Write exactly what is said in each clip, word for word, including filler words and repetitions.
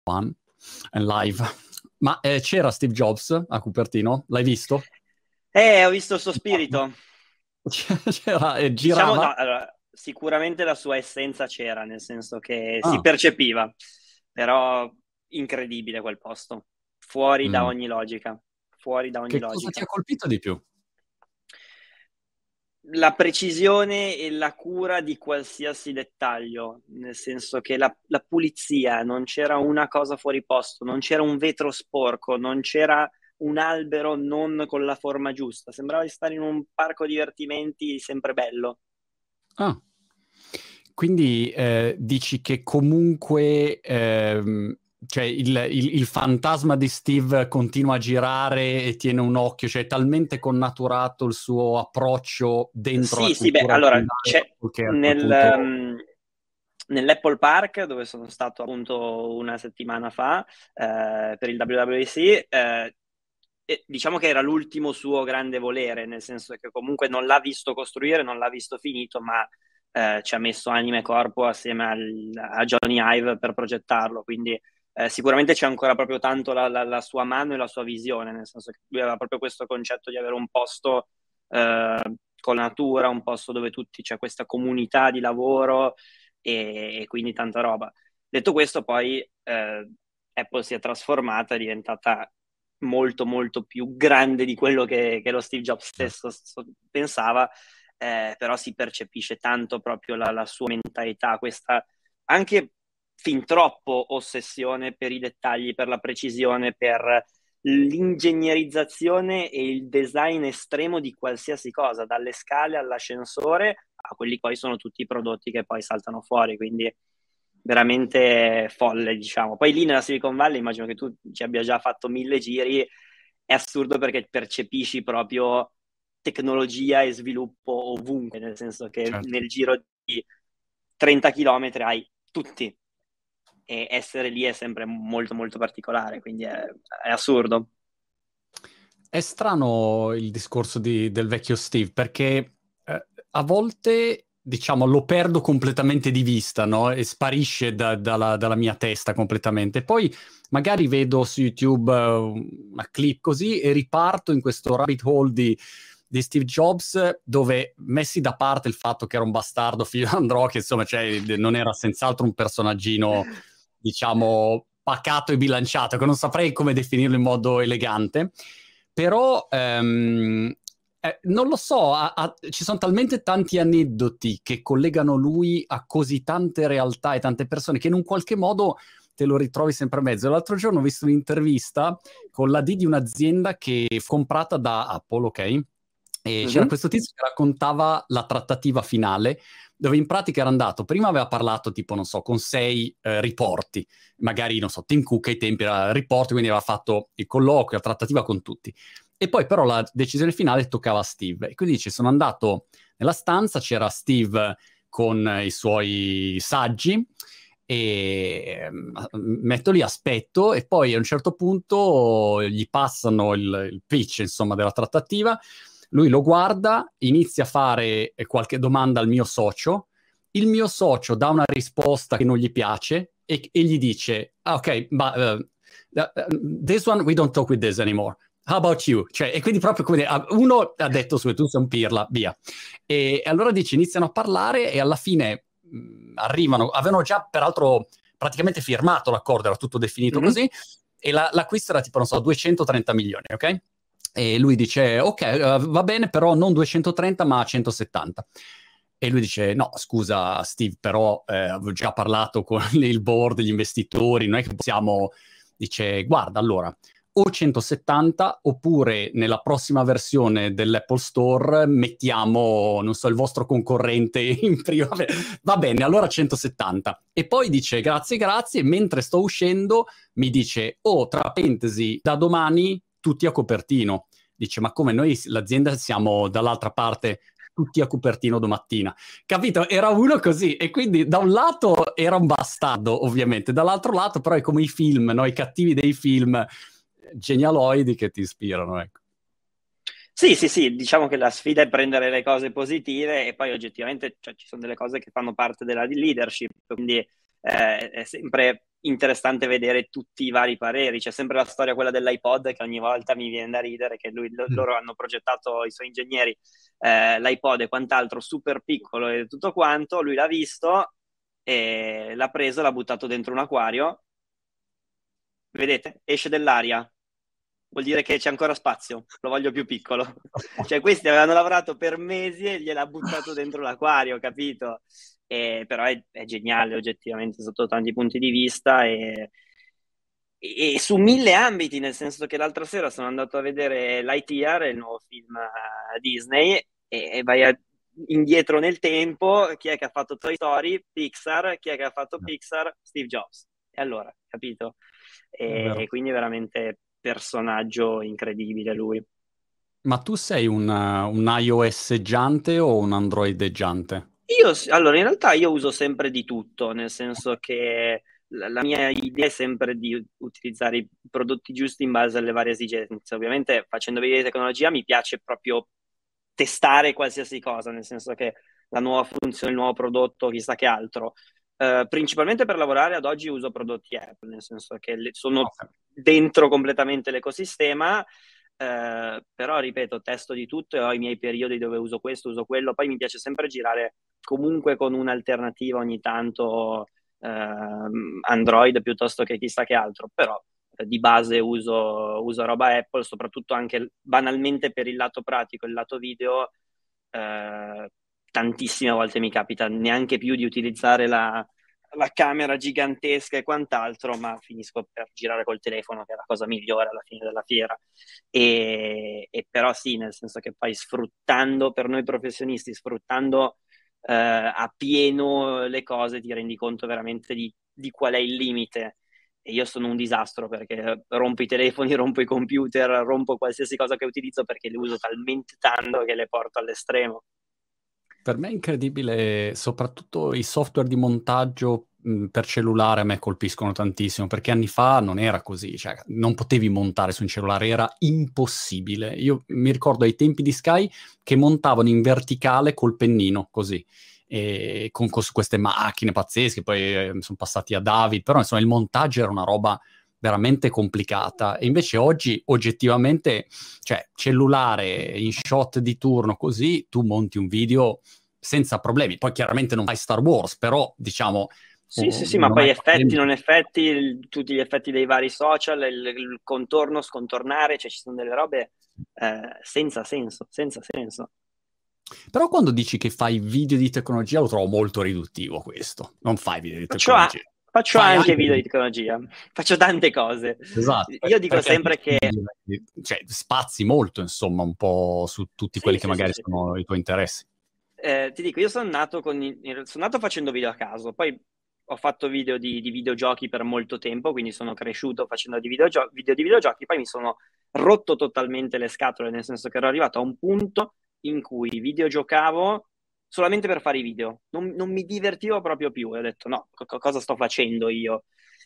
One and live. Ma eh, c'era Steve Jobs a Cupertino? L'hai visto? Eh, ho visto il suo spirito. C'era e Diciamo, girava? no, allora, sicuramente la sua essenza c'era, nel senso che si Ah, percepiva, però incredibile quel posto, fuori da mm. ogni logica, fuori da ogni Che cosa ti logica. ha colpito di più? La precisione e la cura di qualsiasi dettaglio, nel senso che la, la pulizia, non c'era una cosa fuori posto, non c'era un vetro sporco, non c'era un albero non con la forma giusta, sembrava di stare in un parco divertimenti sempre bello. Ah. Quindi eh, dici che comunque ehm, cioè il, il- il fantasma di Steve continua a girare e tiene un occhio, cioè è talmente connaturato il suo approccio dentro la Sì, sì, beh, cultura allora aziendale c'è che a quel nel, punto... um, nell'Apple Park, dove sono stato appunto una settimana fa eh, per il W W D C, eh, e diciamo che era l'ultimo suo grande volere, nel senso che comunque non l'ha visto costruire, non l'ha visto finito, ma eh, ci ha messo anima e corpo assieme al- a Johnny Ive per progettarlo, quindi eh, sicuramente c'è ancora proprio tanto la, la- la sua mano e la sua visione, nel senso che lui aveva proprio questo concetto di avere un posto eh, con la natura, un posto dove tutti c'è questa comunità di lavoro e, e quindi tanta roba. Detto questo, poi eh, Apple si è trasformata, è diventata molto molto più grande di quello che, che lo Steve Jobs stesso so- pensava, eh, però si percepisce tanto proprio la, la sua mentalità, questa anche fin troppo ossessione per i dettagli, per la precisione, per l'ingegnerizzazione e il design estremo di qualsiasi cosa, dalle scale all'ascensore a quelli poi sono tutti i prodotti che poi saltano fuori, quindi veramente folle, diciamo. Poi lì nella Silicon Valley, immagino che tu ci abbia già fatto mille giri, è assurdo perché percepisci proprio tecnologia e sviluppo ovunque, nel senso che Certo. nel giro di trenta chilometri hai tutti e essere lì è sempre molto molto particolare, quindi è, è assurdo. È strano il discorso di- del vecchio Steve, perché eh, a volte, diciamo, lo perdo completamente di vista, no? E sparisce da- dalla, dalla mia testa completamente. Poi magari vedo su YouTube eh, una clip così e riparto in questo rabbit hole di, di Steve Jobs, dove messi da parte il fatto che era un bastardo figlio di Andrò, che insomma, cioè, non era senz'altro un personaggino, diciamo, pacato e bilanciato, che non saprei come definirlo in modo elegante. Però ehm, eh, non lo so, ha- ha- ci sono talmente tanti aneddoti che collegano lui a così tante realtà e tante persone che in un qualche modo te lo ritrovi sempre a mezzo. L'altro giorno ho visto un'intervista con l'A D di un'azienda che fu comprata da Apple, ok? E c'era Mhm. questo tizio che raccontava la trattativa finale, dove in pratica era andato, prima aveva parlato tipo, non so, con sei eh, riporti, magari, non so, Tim Cook ai tempi era riporto, quindi aveva fatto il colloquio, la trattativa con tutti. E poi però la decisione finale toccava a Steve. E quindi dice, sono andato nella stanza, c'era Steve con eh, i suoi saggi, e mm, metto lì, aspetto, e poi a un certo punto gli passano il, il pitch, insomma, della trattativa. Lui lo guarda, inizia a fare qualche domanda al mio socio, il mio socio dà una risposta che non gli piace e, e gli dice, ah, ok, ma uh, this one we don't talk with this anymore. How about you? Cioè, e quindi proprio come uno ha detto su, tu sei un pirla, via. E, e allora dice, iniziano a parlare e alla fine mh, arrivano, avevano già peraltro praticamente firmato l'accordo, era tutto definito Mhm. così, e la, l'acquisto era tipo, non so, duecentotrenta milioni, ok? E lui dice, ok, uh, va bene, però non duecentotrenta, ma centosettanta. E lui dice, no, scusa Steve, però eh, avevo già parlato con il board, gli investitori, non è che possiamo... Dice, guarda, allora, o centosettanta, oppure nella prossima versione dell'Apple Store mettiamo, non so, il vostro concorrente in prima. Va bene, allora centosettanta. E poi dice, grazie, grazie, mentre sto uscendo mi dice, oh, tra parentesi, da domani tutti a copertino. Dice, ma come noi, l'azienda, siamo dall'altra parte tutti a Cupertino domattina. Capito? Era uno così, e quindi da un lato era un bastardo, ovviamente, dall'altro lato però è come i film, no? I cattivi dei film genialoidi che ti ispirano, ecco. Sì, sì, sì, diciamo che la sfida è prendere le cose positive e poi oggettivamente cioè, ci sono delle cose che fanno parte della leadership, quindi eh, è sempre interessante vedere tutti i vari pareri. C'è sempre la storia quella dell'iPod che ogni volta mi viene da ridere, che lui, lo- Mm. loro hanno progettato, i suoi ingegneri, eh, l'iPod e quant'altro super piccolo e tutto quanto, lui l'ha visto e l'ha preso, l'ha buttato dentro un acquario, vedete, esce dell'aria, vuol dire che c'è ancora spazio, lo voglio più piccolo. Cioè questi avevano lavorato per mesi e gliel'ha buttato dentro l'acquario, capito? E, però è, è geniale oggettivamente sotto tanti punti di vista e, e, e su mille ambiti, nel senso che l'altra sera sono andato a vedere Lightyear, il nuovo film eh, Disney, e, e vai a- indietro nel tempo, chi è che ha fatto Toy Story? Pixar, chi è che ha fatto Pixar? Steve Jobs. E allora, capito? È E vero. quindi veramente personaggio incredibile lui. Ma tu sei un, un iOS-eggiante o un Android-eggiante? Io, allora, in realtà io uso sempre di tutto, nel senso che la, la mia idea è sempre di utilizzare i prodotti giusti in base alle varie esigenze. Ovviamente, facendo vedere di tecnologia, mi piace proprio testare qualsiasi cosa, nel senso che la nuova funzione, il nuovo prodotto, chissà che altro. Eh, principalmente per lavorare ad oggi uso prodotti Apple, nel senso che le- sono Ok. dentro completamente l'ecosistema, eh, però ripeto, testo di tutto e ho i miei periodi dove uso questo, uso quello, poi mi piace sempre girare comunque con un'alternativa ogni tanto ehm, Android piuttosto che chissà che altro, però eh, di base uso, uso roba Apple, soprattutto anche banalmente per il lato pratico, il lato video, eh, tantissime volte mi capita neanche più di utilizzare la, la camera gigantesca e quant'altro, ma finisco per girare col telefono, che è la cosa migliore alla fine della fiera. E, e però sì, nel senso che poi sfruttando per noi professionisti, sfruttando eh, a pieno le cose, ti rendi conto veramente di, di qual è il limite. E io sono un disastro perché rompo i telefoni, rompo i computer, rompo qualsiasi cosa che utilizzo perché le uso talmente tanto che le porto all'estremo. Per me è incredibile, soprattutto i software di montaggio mh, per cellulare a me colpiscono tantissimo, perché anni fa non era così, cioè non potevi montare su un cellulare, era impossibile. Io mi ricordo ai tempi di Sky che montavano in verticale col pennino, così, e con, con su queste macchine pazzesche, poi eh, sono passati a David, però insomma il montaggio era una roba veramente complicata. E invece oggi oggettivamente, cioè cellulare in shot di turno così, tu monti un video senza problemi. Poi chiaramente non fai Star Wars, però diciamo Sì, sì, oh, sì, ma non poi hai effetti, problemi. non effetti, il- tutti gli effetti dei vari social, il, il contorno, scontornare, cioè ci sono delle robe eh, senza senso, senza senso. Però quando dici che fai video di tecnologia lo trovo molto riduttivo questo. Non fai video di Faccio, a- tecnologia. faccio Fai anche anche video di video. tecnologia, faccio tante cose. Esatto, per- Io dico perché sempre che... dici, cioè, spazi molto, insomma, un po' su tutti Sì, quelli che sì, sì, magari sì. sono i tuoi interessi. Eh, ti dico, io sono nato, con i- sono nato facendo video a caso, poi ho fatto video di, di videogiochi per molto tempo, quindi sono cresciuto facendo di videogio- video di videogiochi, poi mi sono rotto totalmente le scatole, nel senso che ero arrivato a un punto in cui videogiocavo solamente per fare i video, non, non mi divertivo proprio più, e ho detto no, co- cosa sto facendo io?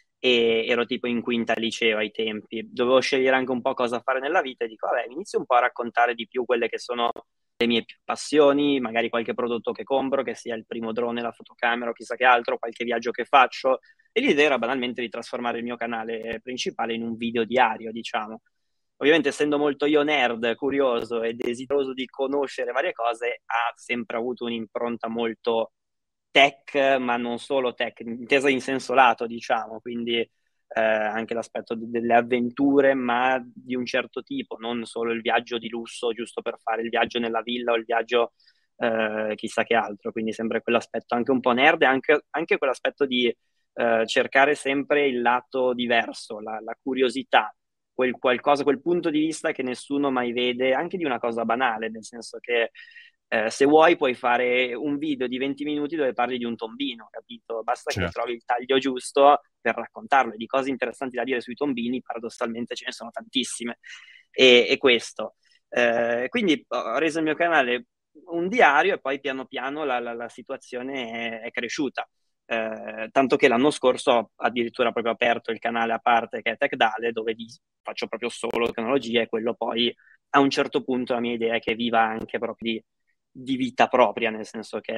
E ero tipo in quinta liceo ai tempi, dovevo scegliere anche un po' cosa fare nella vita e dico, vabbè, inizio un po' a raccontare di più quelle che sono le mie più passioni, magari qualche prodotto che compro, che sia il primo drone, la fotocamera o chissà che altro, qualche viaggio che faccio. E l'idea era banalmente di trasformare il mio canale principale in un video diario, diciamo. Ovviamente, essendo molto io nerd, curioso e desideroso di conoscere varie cose, ha sempre avuto un'impronta molto tech, ma non solo tech, intesa in senso lato, diciamo, quindi eh, anche l'aspetto de- delle avventure, ma di un certo tipo, non solo il viaggio di lusso, giusto per fare il viaggio nella villa o il viaggio eh, chissà che altro, quindi sempre quell'aspetto anche un po' nerd e anche, anche quell'aspetto di eh, cercare sempre il lato diverso, la, la curiosità, quel qualcosa, quel punto di vista che nessuno mai vede, anche di una cosa banale, nel senso che eh, se vuoi puoi fare un video di venti minuti dove parli di un tombino, capito? Basta che Certo. trovi il taglio giusto per raccontarlo. E di cose interessanti da dire sui tombini, paradossalmente ce ne sono tantissime. E, e questo. Eh, quindi ho reso il mio canale un diario e poi piano piano la, la, la situazione è, è cresciuta. Eh, tanto che l'anno scorso ho addirittura proprio aperto il canale a parte che è TechDale, dove di, faccio proprio solo tecnologia e quello poi a un certo punto la mia idea è che viva anche proprio di, di vita propria, nel senso che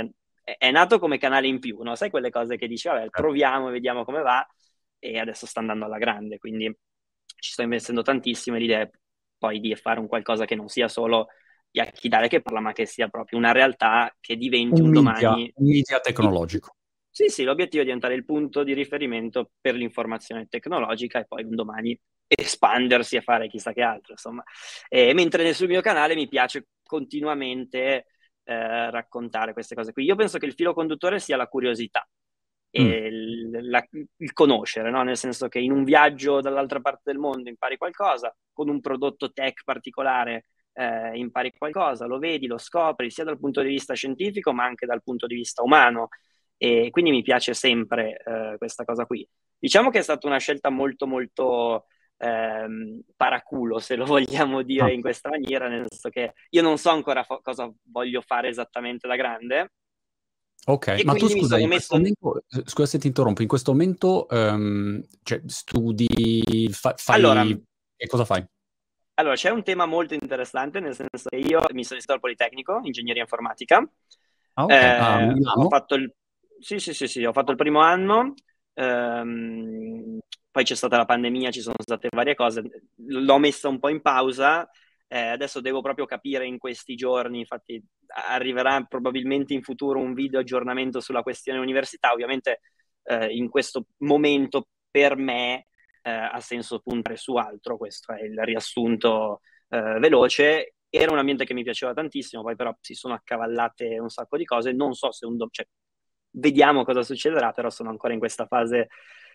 è, è nato come canale in più, no? Sai quelle cose che dici, vabbè, Certo. proviamo, vediamo come va, e adesso sta andando alla grande, quindi ci sto investendo tantissimo e l'idea è poi di fare un qualcosa che non sia solo Yakidare che parla, ma che sia proprio una realtà che diventi Un un media, domani... un media il- tecnologico. Sì, sì, l'obiettivo è diventare il punto di riferimento per l'informazione tecnologica e poi un domani espandersi e fare chissà che altro, insomma. E mentre sul mio canale mi piace continuamente eh, raccontare queste cose qui. Io penso che il filo conduttore sia la curiosità Mm. e il, la- il conoscere, no? Nel senso che in un viaggio dall'altra parte del mondo impari qualcosa, con un prodotto tech particolare eh, impari qualcosa, lo vedi, lo scopri, sia dal punto di vista scientifico ma anche dal punto di vista umano. E quindi mi piace sempre eh, questa cosa qui. Diciamo che è stata una scelta molto molto ehm, paraculo, se lo vogliamo Ah, dire in questa maniera, nel senso che io non so ancora fo- cosa voglio fare esattamente da grande ok, e ma tu quindi mi scusa, sono in questo messo... momento, eh, scusa se ti interrompo, in questo momento ehm, cioè, studi, fa- Allora, fai, e cosa fai? allora, c'è un tema molto interessante, nel senso che io mi sono iscritto al Politecnico, ingegneria informatica. Ah, ok, a Eh, ho Milano? fatto il... Sì, sì, sì, sì, ho fatto il primo anno, ehm, poi c'è stata la pandemia, ci sono state varie cose, l'ho messa un po' in pausa, eh, adesso devo proprio capire in questi giorni, infatti arriverà probabilmente in futuro un video aggiornamento sulla questione università, ovviamente eh, in questo momento per me eh, ha senso puntare su altro, questo è il riassunto eh, veloce. Era un ambiente che mi piaceva tantissimo, poi però si sono accavallate un sacco di cose, non so se un domani, cioè, vediamo cosa succederà, però sono ancora in questa fase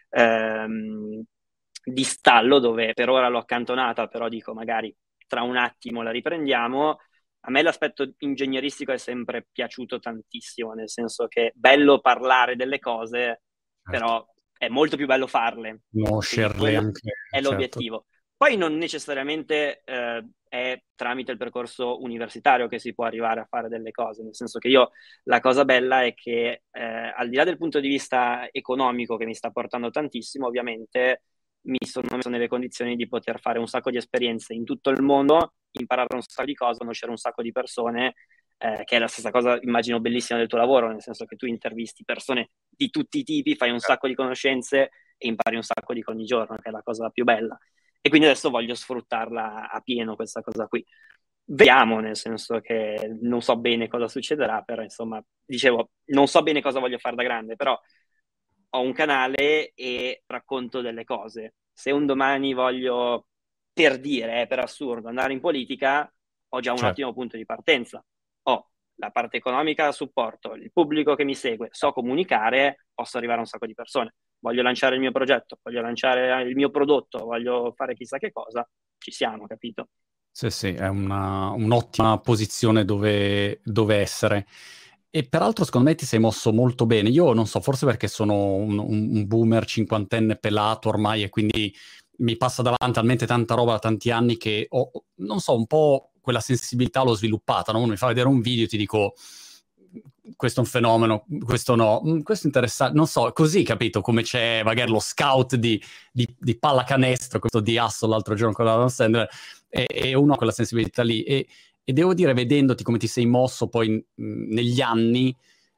ehm, di stallo dove per ora l'ho accantonata, però dico magari tra un attimo la riprendiamo. A me l'aspetto ingegneristico è sempre piaciuto tantissimo, nel senso che è bello parlare delle cose, Certo. però è molto più bello farle. Quindi Conoscerle quello anche, è certo. l'obiettivo. Poi non necessariamente eh, è tramite il percorso universitario che si può arrivare a fare delle cose, nel senso che io la cosa bella è che eh, al di là del punto di vista economico che mi sta portando tantissimo, ovviamente mi sono messo nelle condizioni di poter fare un sacco di esperienze in tutto il mondo, imparare un sacco di cose, conoscere un sacco di persone, eh, che è la stessa cosa, immagino, bellissima del tuo lavoro, nel senso che tu intervisti persone di tutti i tipi, fai un sacco di conoscenze e impari un sacco di cose ogni giorno, che è la cosa più bella. E quindi adesso voglio sfruttarla a pieno questa cosa qui. Vediamo, nel senso che non so bene cosa succederà, però insomma, dicevo, non so bene cosa voglio fare da grande, però ho un canale e racconto delle cose. Se un domani voglio, per dire, eh, per assurdo, andare in politica, ho già un Certo. ottimo punto di partenza. Ho la parte economica a supporto, il pubblico che mi segue, so comunicare, posso arrivare a un sacco di persone. Voglio lanciare il mio progetto, voglio lanciare il mio prodotto, voglio fare chissà che cosa, ci siamo, capito? Sì, sì, è una- un'ottima posizione dove, dove essere. E peraltro, secondo me, ti sei mosso molto bene. Io non so, forse perché sono un, un- un boomer cinquantenne pelato ormai e quindi mi passa davanti talmente tanta roba da tanti anni che ho, non so, un po' quella sensibilità l'ho sviluppata, no? Uno mi fa vedere un video e ti dico, questo è un fenomeno, questo no, "Mm, questo è interessante", non so, così, capito? Come c'è magari lo scout di, di, di pallacanestro, questo di Asso l'altro giorno con Adam Sandler, e, e uno ha quella sensibilità lì. E, e devo dire, vedendoti come ti sei mosso poi mh, negli anni,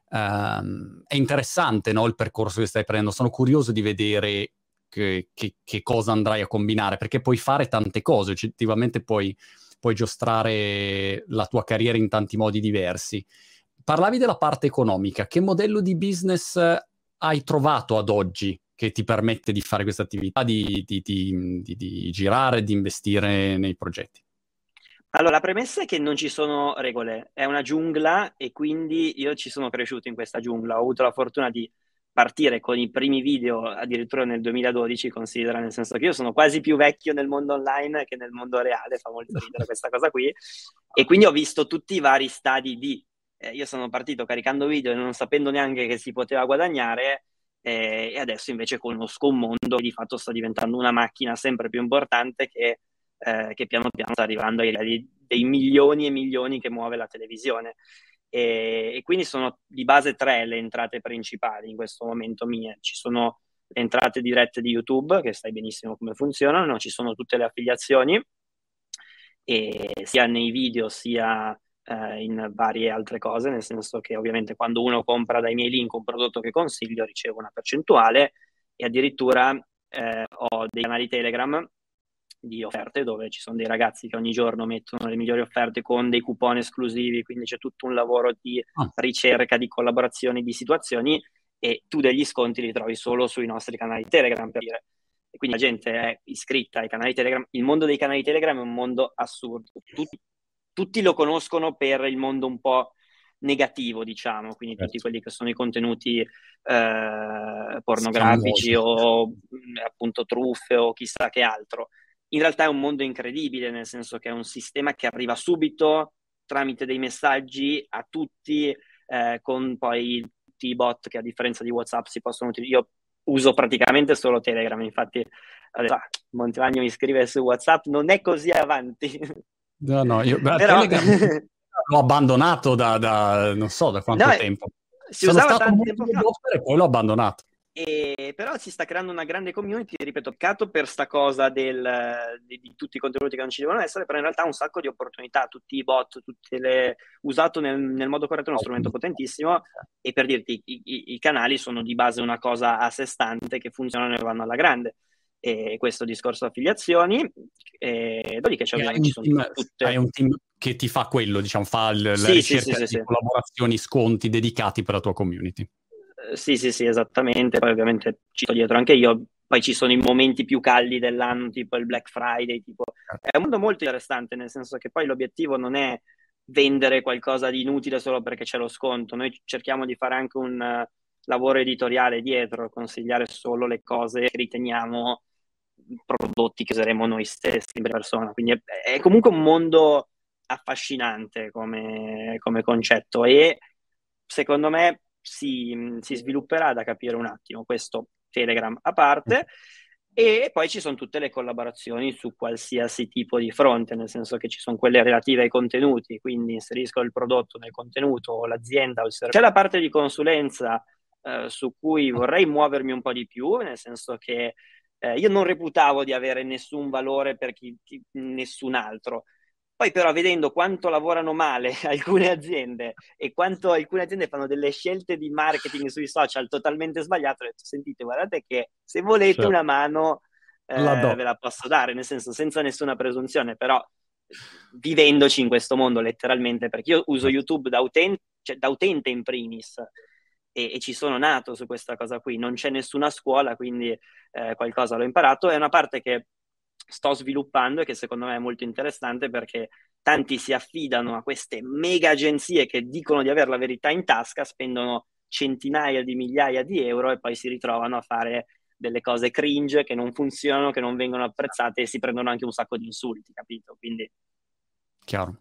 ehm, è interessante, no, il percorso che stai prendendo. Sono curioso di vedere che, che- che cosa andrai a combinare, perché puoi fare tante cose, oggettivamente puoi, puoi giostrare la tua carriera in tanti modi diversi. Parlavi della parte economica, che modello di business hai trovato ad oggi che ti permette di fare questa attività, di, di, di, di, di girare, di investire nei progetti? Allora, la premessa è che non ci sono regole, è una giungla e quindi io ci sono cresciuto in questa giungla. Ho avuto la fortuna di partire con i primi video addirittura nel duemiladodici, considera, nel senso che io sono quasi più vecchio nel mondo online che nel mondo reale, fa molto ridere questa cosa qui. E quindi ho visto tutti i vari stadi di... eh, io sono partito caricando video e non sapendo neanche che si poteva guadagnare, eh, e adesso invece conosco un mondo che di fatto sta diventando una macchina sempre più importante che eh, che piano piano sta arrivando ai livelli dei milioni e milioni che muove la televisione. E, e quindi sono di base tre le entrate principali in questo momento mie. Ci sono le entrate dirette di YouTube, che sai benissimo come funzionano, ci sono tutte le affiliazioni, e sia nei video sia eh, in varie altre cose, nel senso che ovviamente quando uno compra dai miei link un prodotto che consiglio ricevo una percentuale e addirittura eh, ho dei canali Telegram di offerte dove ci sono dei ragazzi che ogni giorno mettono le migliori offerte con dei coupon esclusivi, quindi c'è tutto un lavoro di Ah, ricerca, di collaborazioni, di situazioni e tu degli sconti li trovi solo sui nostri canali Telegram, per dire. E quindi la gente è iscritta ai canali Telegram. Il mondo dei canali Telegram è un mondo assurdo. Tutti, tutti lo conoscono per il mondo un po' negativo, diciamo, quindi tutti certo. quelli che sono i contenuti eh, pornografici Scammosi. o mh, appunto truffe o chissà che altro. In realtà è un mondo incredibile, nel senso che è un sistema che arriva subito tramite dei messaggi a tutti, eh, con poi tutti i bot che a differenza di WhatsApp si possono utilizzare. Io uso praticamente solo Telegram, infatti adesso, ah, Montemagno mi scrive su WhatsApp, non è così avanti. No, no, io beh, Però Telegram l'ho abbandonato da, da non so da no, quanto tempo. si Sono usava stato tanto molto tempo fa. devoto e poi l'ho abbandonato. E, però si sta creando una grande community, ripeto, peccato per sta cosa del, di, di tutti i contenuti che non ci devono essere, però in realtà ha un sacco di opportunità, tutti i bot, tutte le, usato nel, nel modo corretto è uno strumento potentissimo e per dirti i, i, i canali sono di base una cosa a sé stante che funzionano e vanno alla grande. E questo discorso affiliazioni, e dopodiché c'è E hai ovviamente un ci sono team, hai tutte. un team che ti fa quello, diciamo, fa il- la Sì, sì, sì, ricerca sì, di sì. collaborazioni, sconti dedicati per la tua community. Eh, Sì, sì, sì, esattamente. Poi ovviamente ci sto dietro anche io. Poi ci sono i momenti più caldi dell'anno, tipo il Black Friday, tipo. È un mondo molto interessante, nel senso che poi l'obiettivo non è vendere qualcosa di inutile solo perché c'è lo sconto. Noi cerchiamo di fare anche un eh, lavoro editoriale dietro, consigliare solo le cose che riteniamo prodotti che useremo noi stessi in prima persona. Quindi è, è comunque un mondo affascinante come, come concetto e secondo me si, si svilupperà da capire un attimo, questo Telegram a parte, e poi ci sono tutte le collaborazioni su qualsiasi tipo di fronte, nel senso che ci sono quelle relative ai contenuti, quindi inserisco il prodotto nel contenuto o l'azienda o il servizio. C'è la parte di consulenza eh, su cui vorrei muovermi un po' di più, nel senso che eh, io non reputavo di avere nessun valore per chi, chi- nessun altro. Poi però vedendo quanto lavorano male alcune aziende e quanto alcune aziende fanno delle scelte di marketing sui social totalmente sbagliate, ho detto, sentite, guardate che se volete Cioè, una mano la eh, do. ve la posso dare, nel senso senza nessuna presunzione, però vivendoci in questo mondo letteralmente, perché io uso YouTube da utente, cioè, da utente in primis e, e ci sono nato su questa cosa qui, non c'è nessuna scuola, quindi eh, qualcosa l'ho imparato, è una parte che sto sviluppando e che secondo me è molto interessante perché tanti si affidano a queste mega agenzie che dicono di avere la verità in tasca, spendono centinaia di migliaia di euro e poi si ritrovano a fare delle cose cringe che non funzionano, che non vengono apprezzate e si prendono anche un sacco di insulti, capito? Quindi Chiaro.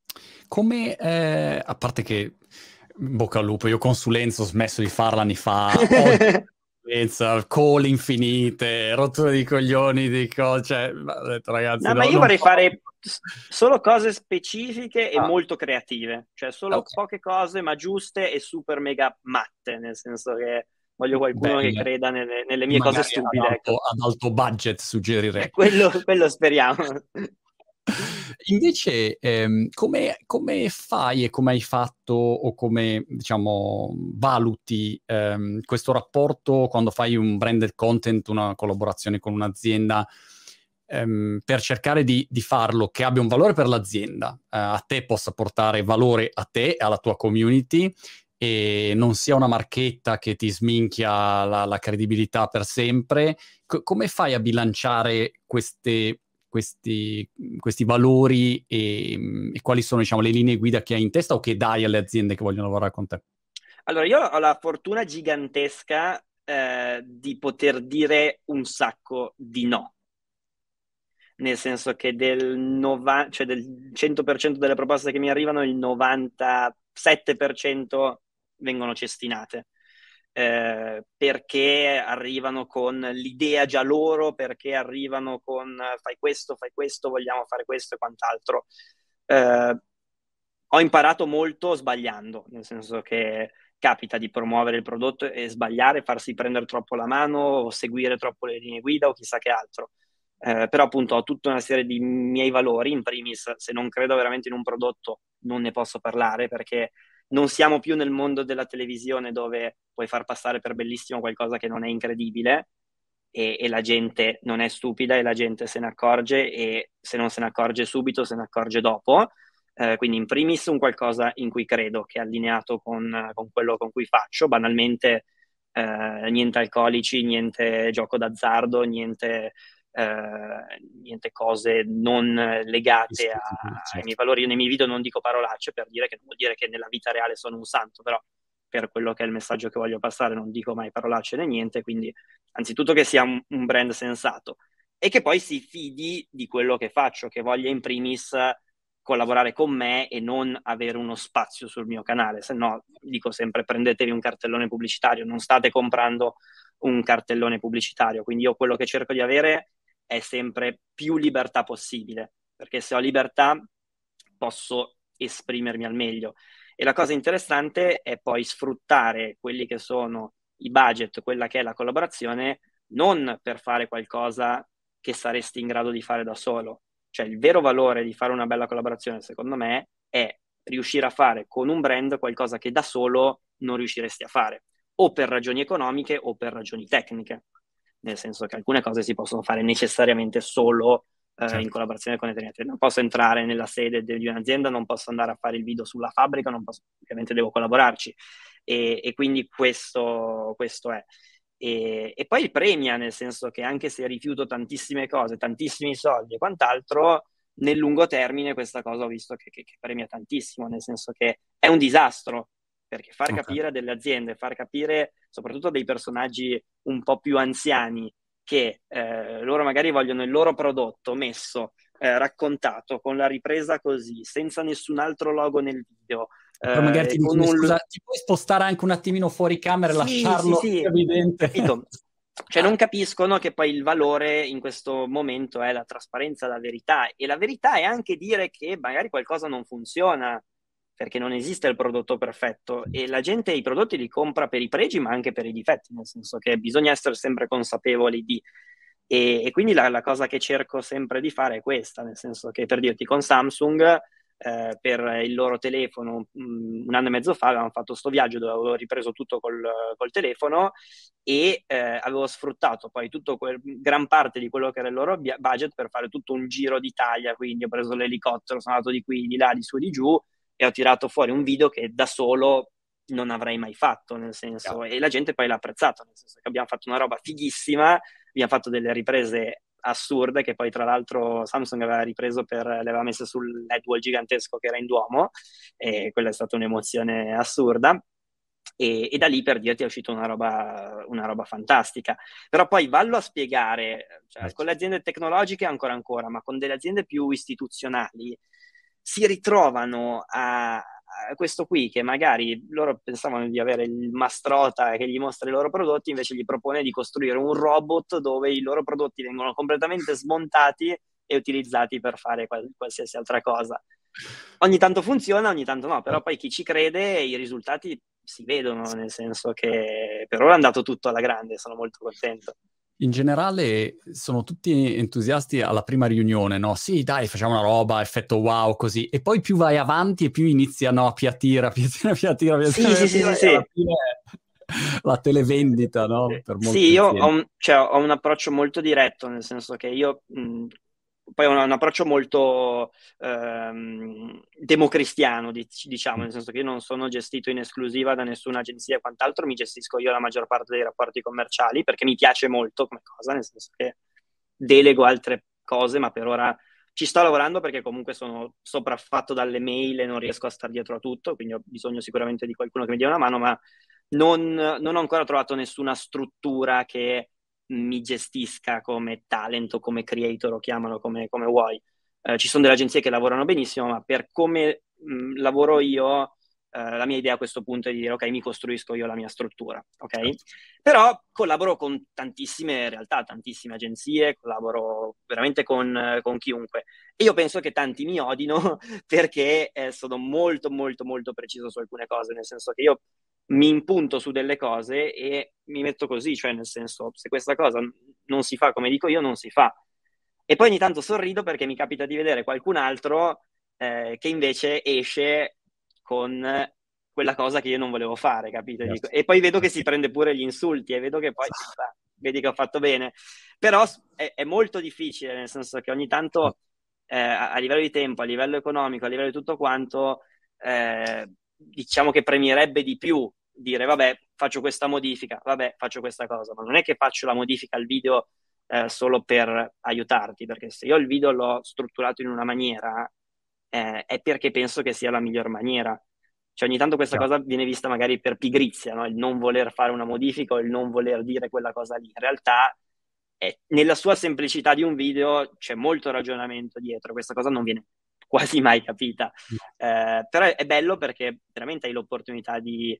Come, eh, a parte che, bocca al lupo, io consulenza ho smesso di farla anni fa, oggi consulenza, call infinite, rotture di coglioni, di cose, cioè, ho detto, ragazzi, no, ma no, io non vorrei posso. fare s- solo cose specifiche e Ah, molto creative, cioè ok, solo poche cose ma giuste e super mega matte, nel senso che voglio qualcuno che belle. creda nelle, nelle mie cose Magari ad stupide, ecco. alto, ad alto budget suggerirei. Quello, quello speriamo. Invece, ehm, come, come fai e come hai fatto o come, diciamo, valuti ehm, questo rapporto quando fai un branded content, una collaborazione con un'azienda, ehm, per cercare di, di farlo che abbia un valore per l'azienda, eh, a te possa portare valore a te e alla tua community e non sia una marchetta che ti sminchia la, la credibilità per sempre. Co- come fai a bilanciare queste questi, questi valori e, e quali sono, diciamo, le linee guida che hai in testa o che dai alle aziende che vogliono lavorare con te? Allora, io ho la fortuna gigantesca eh, di poter dire un sacco di no. Nel senso che del, nova- cioè del cento per cento delle proposte che mi arrivano, il novantasette per cento vengono cestinate. Eh, perché arrivano con l'idea già loro, perché arrivano con fai questo, fai questo, vogliamo fare questo e quant'altro. Eh, Ho imparato molto sbagliando, nel senso che capita di promuovere il prodotto e sbagliare, farsi prendere troppo la mano o seguire troppo le linee guida o chissà che altro. Eh, però appunto ho tutta una serie di miei valori, in primis se non credo veramente in un prodotto non ne posso parlare perché non siamo più nel mondo della televisione dove puoi far passare per bellissimo qualcosa che non è incredibile e, e la gente non è stupida e la gente se ne accorge e se non se ne accorge subito se ne accorge dopo. Eh, quindi in primis un qualcosa in cui credo, che è allineato con, con quello con cui faccio, banalmente eh, niente alcolici, niente gioco d'azzardo, niente, eh, niente cose non legate a, ai Certo. miei valori. Io nei miei video non dico parolacce per dire che non vuol dire che nella vita reale sono un santo, però per quello che è il messaggio che voglio passare non dico mai parolacce né niente, quindi anzitutto che sia un, un brand sensato e che poi si fidi di quello che faccio, che voglia in primis collaborare con me e non avere uno spazio sul mio canale, se no dico sempre prendetevi un cartellone pubblicitario, non state comprando un cartellone pubblicitario, quindi io quello che cerco di avere è sempre più libertà possibile, perché se ho libertà posso esprimermi al meglio e la cosa interessante è poi sfruttare quelli che sono i budget, quella che è la collaborazione, non per fare qualcosa che saresti in grado di fare da solo. Cioè il vero valore di fare una bella collaborazione, secondo me, è riuscire a fare con un brand qualcosa che da solo non riusciresti a fare, o per ragioni economiche o per ragioni tecniche, nel senso che alcune cose si possono fare necessariamente solo eh, in Certo. collaborazione con internet. Non posso entrare nella sede de- di un'azienda, non posso andare a fare il video sulla fabbrica, non posso, ovviamente devo collaborarci. E, e quindi questo, questo è. E, e poi premia, nel senso che anche se rifiuto tantissime cose, tantissimi soldi e quant'altro, nel lungo termine questa cosa ho visto che, che, che premia tantissimo, nel senso che è un disastro, perché far Ok. capire a delle aziende, far capire soprattutto a dei personaggi un po' più anziani che eh, loro magari vogliono il loro prodotto messo, eh, raccontato, con la ripresa così, senza nessun altro logo nel video, Però magari eh, ti con dicono, un... scusa, ti puoi spostare anche un attimino fuori camera e Sì, sì, lasciarlo più sì, evidente? capito? Cioè non capiscono che poi il valore in questo momento è la trasparenza, la verità e la verità è anche dire che magari qualcosa non funziona perché non esiste il prodotto perfetto e la gente i prodotti li compra per i pregi ma anche per i difetti, nel senso che bisogna essere sempre consapevoli di... E, e quindi la, la cosa che cerco sempre di fare è questa, nel senso che per dirti con Samsung eh, per il loro telefono mh, un anno e mezzo fa avevamo fatto sto viaggio dove avevo ripreso tutto col, col telefono e eh, avevo sfruttato poi tutto quel, gran parte di quello che era il loro budget per fare tutto un giro d'Italia, quindi ho preso l'elicottero, sono andato di qui, di là, di su, di giù e ho tirato fuori un video che da solo non avrei mai fatto, nel senso, e la gente poi l'ha apprezzato, nel senso che abbiamo fatto una roba fighissima, abbiamo fatto delle riprese assurde che poi tra l'altro Samsung aveva ripreso per, le aveva messe sul L E D wall gigantesco che era in Duomo e quella è stata un'emozione assurda e, e da lì per dirti è uscita una roba, una roba fantastica però poi vallo a spiegare cioè, con Certo. le aziende tecnologiche ancora ancora ma con delle aziende più istituzionali si ritrovano a, a questo qui che magari loro pensavano di avere il mastrota che gli mostra i loro prodotti, invece gli propone di costruire un robot dove i loro prodotti vengono completamente smontati e utilizzati per fare qual- qualsiasi altra cosa. Ogni tanto funziona, ogni tanto no, però poi chi ci crede i risultati si vedono, nel senso che per ora è andato tutto alla grande, sono molto contento. In generale sono tutti entusiasti alla prima riunione, no? Sì, dai, facciamo una roba, effetto wow, così. E poi più vai avanti e più iniziano a piatire, a piatire, a piatire, a piatire, Sì, a sì, sì, piatire, sì, e alla sì. fine la televendita, no? Per Sì, molte io ho aziende. un, cioè, ho un approccio molto diretto, nel senso che io mh, poi ho un, un approccio molto ehm, democristiano, dic- diciamo, nel senso che io non sono gestito in esclusiva da nessuna agenzia e quant'altro, mi gestisco io la maggior parte dei rapporti commerciali perché mi piace molto come cosa, nel senso che delego altre cose, ma per ora ci sto lavorando perché comunque sono sopraffatto dalle mail e non riesco a stare dietro a tutto, quindi ho bisogno sicuramente di qualcuno che mi dia una mano, ma non, non ho ancora trovato nessuna struttura che mi gestisca come talent o come creator o chiamalo come, come vuoi. Eh, ci sono delle agenzie che lavorano benissimo, ma per come mh, lavoro io, eh, la mia idea a questo punto è di dire ok, mi costruisco io la mia struttura, ok? Però collaboro con tantissime realtà, tantissime agenzie, collaboro veramente con, eh, con chiunque. E io penso che tanti mi odino perché eh, sono molto, molto, molto preciso su alcune cose, nel senso che io mi impunto su delle cose e mi metto così, cioè nel senso, se questa cosa non si fa come dico io, non si fa. E poi ogni tanto sorrido perché mi capita di vedere qualcun altro eh, che invece esce con quella cosa che io non volevo fare, capito? E, dico- Certo. e poi vedo che si prende pure gli insulti e vedo che poi dico, "Ah, vedi che ho fatto bene." Però s- è, è molto difficile, nel senso che ogni tanto eh, a, a livello di tempo, a livello economico, a livello di tutto quanto, eh, diciamo che premierebbe di più dire vabbè, faccio questa modifica, vabbè, faccio questa cosa, ma non è che faccio la modifica al video eh, solo per aiutarti, perché se io il video l'ho strutturato in una maniera, eh, è perché penso che sia la miglior maniera. Cioè ogni tanto questa Chiaro. cosa viene vista magari per pigrizia, no? Il non voler fare una modifica o il non voler dire quella cosa lì. In realtà, eh, nella sua semplicità di un video c'è molto ragionamento dietro, questa cosa non viene quasi mai capita. No. Eh, però è bello perché veramente hai l'opportunità di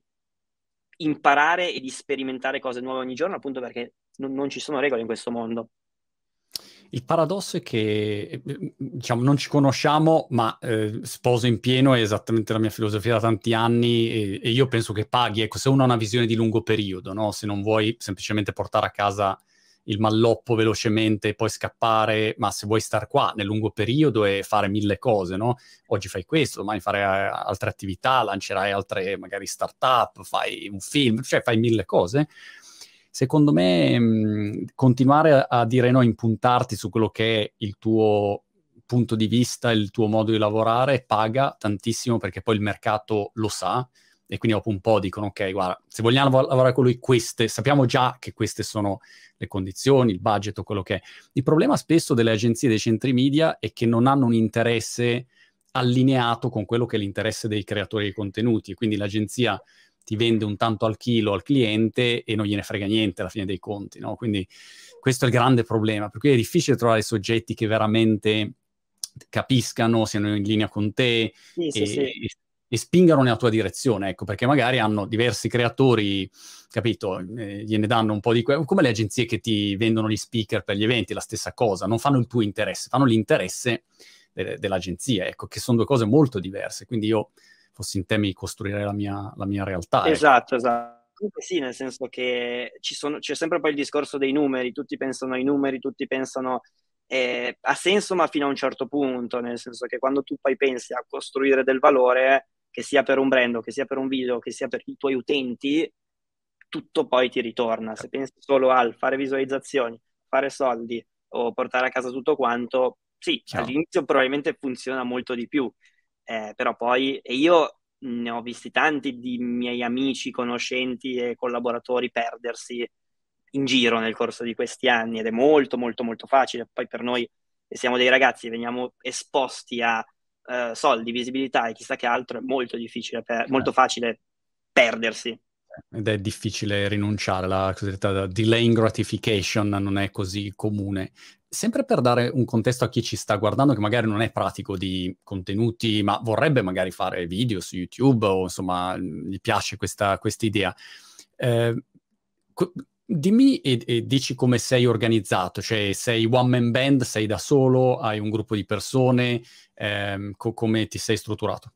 imparare e di sperimentare cose nuove ogni giorno, appunto perché non, non ci sono regole in questo mondo. Il paradosso è che, eh, diciamo, non ci conosciamo, ma eh, sposo in pieno è esattamente la mia filosofia da tanti anni e, e io penso che paghi, ecco, se uno ha una visione di lungo periodo, no? Se non vuoi semplicemente portare a casa il malloppo velocemente e poi scappare, ma se vuoi star qua nel lungo periodo e fare mille cose, no? Oggi fai questo, domani fare eh, altre attività, lancerai altre magari start-up, fai un film, cioè fai mille cose. Secondo me, mh, continuare a, a dire no, impuntarti su quello che è il tuo punto di vista, il tuo modo di lavorare, paga tantissimo perché poi il mercato lo sa e quindi dopo un po' dicono ok, guarda, se vogliamo lav- lavorare con lui, queste, sappiamo già che queste sono le condizioni, il budget o quello che è. Il problema spesso delle agenzie, dei centri media è che non hanno un interesse allineato con quello che è l'interesse dei creatori di contenuti, quindi l'agenzia ti vende un tanto al chilo al cliente e non gliene frega niente alla fine dei conti, no? Quindi questo è il grande problema, per cui è difficile trovare soggetti che veramente capiscano, siano in linea con te Sì, sì, e, sì. e spingano nella tua direzione, ecco, perché magari hanno diversi creatori, capito, eh, gliene danno un po' di... Que- come le agenzie che ti vendono gli speaker per gli eventi, la stessa cosa, non fanno il tuo interesse, fanno l'interesse de- dell'agenzia, ecco, che sono due cose molto diverse, quindi io fossi in te mi costruirei la mia, la mia realtà, ecco. Esatto, esatto. Comunque sì, nel senso che ci sono, c'è sempre poi il discorso dei numeri, tutti pensano ai numeri, tutti pensano, eh, ha senso ma fino a un certo punto, nel senso che quando tu poi pensi a costruire del valore, che sia per un brand, o che sia per un video, che sia per i tuoi utenti, tutto poi ti ritorna. Se pensi solo al fare visualizzazioni, fare soldi o portare a casa tutto quanto, sì, Chiaro. all'inizio probabilmente funziona molto di più, eh, però poi, e io ne ho visti tanti di miei amici, conoscenti e collaboratori perdersi in giro nel corso di questi anni ed è molto molto molto facile. Poi per noi che siamo dei ragazzi, veniamo esposti a eh, soldi, visibilità e chissà che altro, è molto difficile, per, molto facile perdersi. Ed è difficile rinunciare, la cosiddetta delaying gratification non è così comune. Sempre per dare un contesto a chi ci sta guardando, che magari non è pratico di contenuti, ma vorrebbe magari fare video su YouTube o insomma gli piace questa idea. Eh, co- dimmi e, e dici come sei organizzato, cioè sei one man band, sei da solo, hai un gruppo di persone, ehm, co- come ti sei strutturato?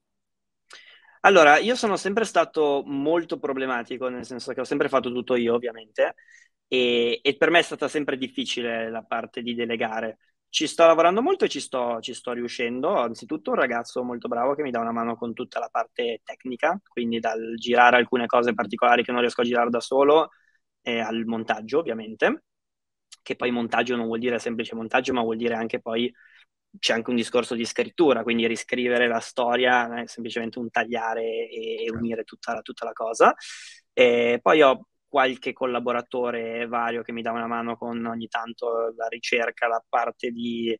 Allora, io sono sempre stato molto problematico, nel senso che ho sempre fatto tutto io, ovviamente, e, e per me è stata sempre difficile la parte di delegare. Ci sto lavorando molto e ci sto, ci sto riuscendo. Ho anzitutto un ragazzo molto bravo che mi dà una mano con tutta la parte tecnica, quindi dal girare alcune cose particolari che non riesco a girare da solo, e al montaggio, ovviamente, che poi montaggio non vuol dire semplice montaggio, ma vuol dire anche poi c'è anche un discorso di scrittura, quindi riscrivere la storia non è semplicemente un tagliare e, e unire tutta la, tutta la cosa. E poi ho qualche collaboratore vario che mi dà una mano con ogni tanto la ricerca, la parte di,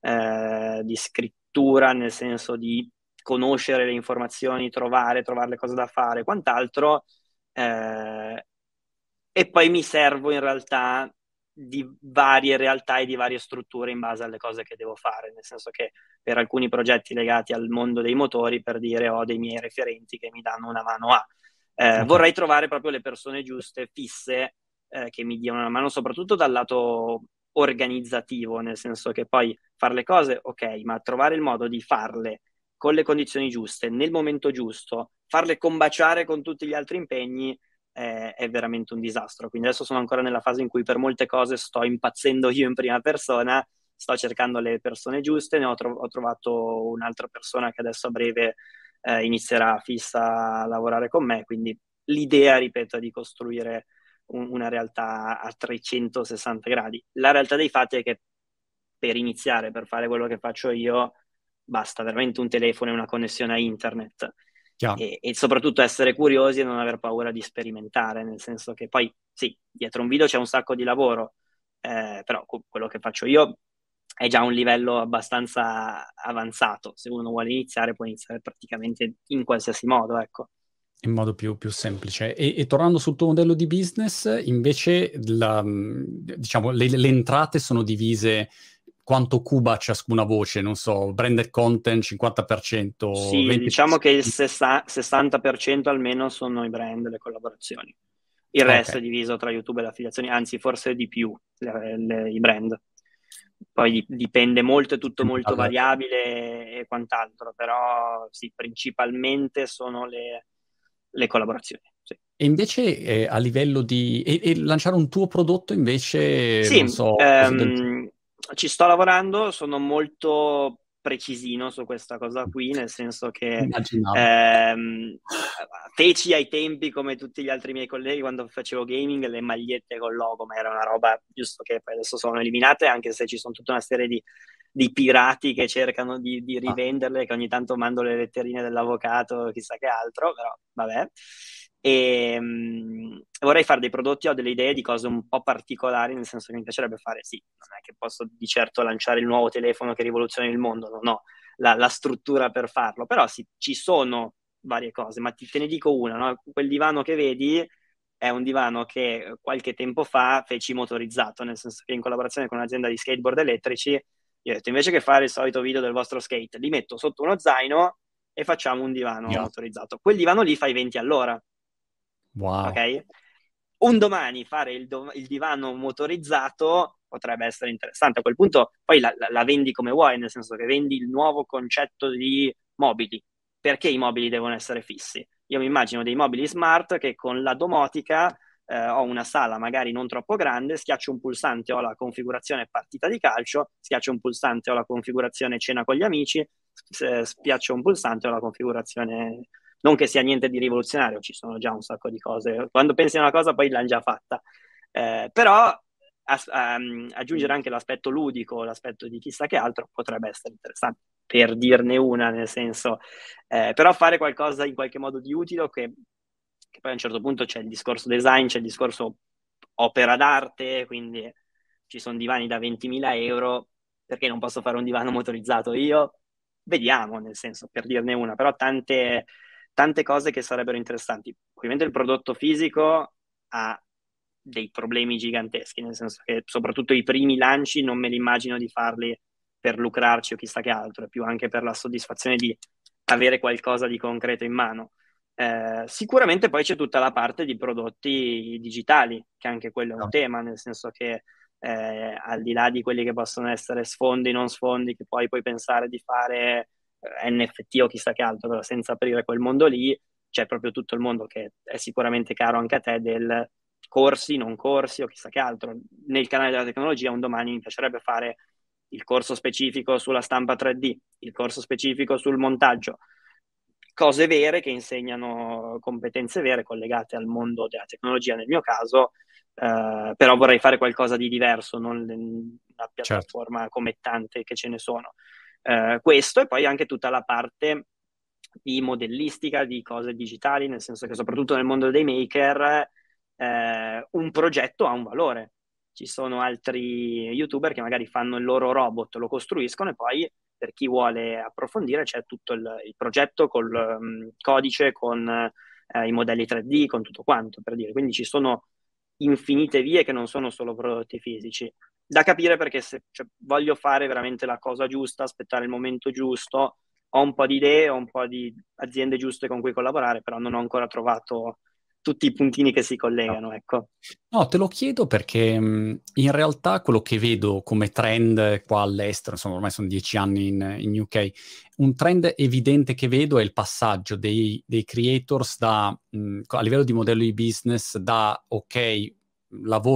eh, di scrittura, nel senso di conoscere le informazioni, trovare, trovare le cose da fare, quant'altro. Eh, e poi mi servo in realtà di varie realtà e di varie strutture in base alle cose che devo fare, nel senso che per alcuni progetti legati al mondo dei motori, per dire, ho dei miei referenti che mi danno una mano a. Eh, Ok. vorrei trovare proprio le persone giuste, fisse, eh, che mi diano una mano, soprattutto dal lato organizzativo, nel senso che poi fare le cose, ok, ma trovare il modo di farle con le condizioni giuste, nel momento giusto, farle combaciare con tutti gli altri impegni è, è veramente un disastro. Quindi adesso sono ancora nella fase in cui per molte cose sto impazzendo io in prima persona, sto cercando le persone giuste, ne ho, tro- ho trovato un'altra persona che adesso a breve eh, inizierà fissa a lavorare con me, quindi l'idea, ripeto, è di costruire un- una realtà a trecentosessanta gradi. La realtà dei fatti è che per iniziare, per fare quello che faccio io, basta veramente un telefono e una connessione a internet. Chiaro. E, e soprattutto essere curiosi e non aver paura di sperimentare, nel senso che poi sì, dietro un video c'è un sacco di lavoro, eh, però quello che faccio io è già un livello abbastanza avanzato. Se uno vuole iniziare, può iniziare praticamente in qualsiasi modo, ecco. In modo più, più semplice. E, e tornando sul tuo modello di business, invece, la, diciamo, le, le entrate sono divise quanto cuba ciascuna voce, non so, branded content cinquanta per cento, Sì, diciamo venti per cento. che il sessa- sessanta per cento almeno sono i brand, le collaborazioni. Il Ok, resto è diviso tra YouTube e le affiliazioni, anzi forse di più le- le- i brand. Poi di- dipende molto, è tutto dipende molto dal- variabile e quant'altro, però sì, principalmente sono le, le collaborazioni. Sì. E invece eh, a livello di... E, e lanciare un tuo prodotto invece, non Sì, so, cosa del... ehm, ci sto lavorando, sono molto precisino su questa cosa qui, nel senso che Immaginavo. ehm, feci ai tempi, come tutti gli altri miei colleghi, quando facevo gaming, le magliette col logo, ma era una roba, giusto che poi adesso sono eliminate, anche se ci sono tutta una serie di, di pirati che cercano di, di Ah, rivenderle, che ogni tanto mando le letterine dell'avvocato, chissà che altro, però vabbè. E mh, vorrei fare dei prodotti, ho delle idee di cose un po' particolari, nel senso che mi piacerebbe fare, sì, non è che posso di certo lanciare il nuovo telefono che rivoluziona il mondo, non ho la, la struttura per farlo, però sì, ci sono varie cose, ma ti, te ne dico una, no? Quel divano che vedi è un divano che qualche tempo fa feci motorizzato, nel senso che in collaborazione con un'azienda di skateboard elettrici, io ho detto invece che fare il solito video del vostro skate, li metto sotto uno zaino e facciamo un divano yeah. motorizzato. Quel divano lì fa i venti all'ora, Wow. ok? Un domani fare il, do- il divano motorizzato potrebbe essere interessante. A quel punto poi la, la- la vendi come vuoi, nel senso che vendi il nuovo concetto di mobili. Perché i mobili devono essere fissi? Io mi immagino dei mobili smart che con la domotica eh, ho una sala magari non troppo grande, schiaccio un pulsante, ho la configurazione partita di calcio, schiaccio un pulsante, ho la configurazione cena con gli amici, s- schiaccio un pulsante, ho la configurazione non che sia niente di rivoluzionario, ci sono già un sacco di cose. Quando pensi a una cosa, poi l'hanno già fatta. Eh, però as- um, aggiungere anche l'aspetto ludico, l'aspetto di chissà che altro, potrebbe essere interessante, per dirne una, nel senso. Eh, però fare qualcosa in qualche modo di utile, che, che poi a un certo punto c'è il discorso design, c'è il discorso opera d'arte, quindi ci sono divani da ventimila euro, perché non posso fare un divano motorizzato io? Vediamo, nel senso, per dirne una, però tante tante cose che sarebbero interessanti. Ovviamente il prodotto fisico ha dei problemi giganteschi, nel senso che soprattutto i primi lanci non me li immagino di farli per lucrarci o chissà che altro, è più anche per la soddisfazione di avere qualcosa di concreto in mano. Eh, sicuramente poi c'è tutta la parte di prodotti digitali, che anche quello è un tema, nel senso che eh, al di là di quelli che possono essere sfondi, non sfondi, che poi puoi pensare di fare eh, N F T o chissà che altro, però senza aprire quel mondo lì c'è proprio tutto il mondo che è sicuramente caro anche a te del corsi, non corsi o chissà che altro. Nel canale della tecnologia un domani mi piacerebbe fare il corso specifico sulla stampa tre D, il corso specifico sul montaggio, cose vere che insegnano competenze vere collegate al mondo della tecnologia nel mio caso, eh, però vorrei fare qualcosa di diverso, non una Certo. piattaforma come tante che ce ne sono. Eh, questo e poi anche tutta la parte di modellistica, di cose digitali, nel senso che soprattutto nel mondo dei maker eh, un progetto ha un valore. Ci sono altri YouTuber che magari fanno il loro robot, lo costruiscono e poi per chi vuole approfondire c'è tutto il, il progetto col um, codice, con eh, i modelli tre D, con tutto quanto, per dire. Quindi ci sono infinite vie che non sono solo prodotti fisici. Da capire perché se cioè, voglio fare veramente la cosa giusta, aspettare il momento giusto, ho un po' di idee, ho un po' di aziende giuste con cui collaborare, però non ho ancora trovato tutti i puntini che si collegano, ecco. No, te lo chiedo perché mh, in realtà quello che vedo come trend qua all'estero, insomma ormai sono dieci anni in, in U K, un trend evidente che vedo è il passaggio dei, dei creators da, mh, a livello di modello di business da ok, lavoro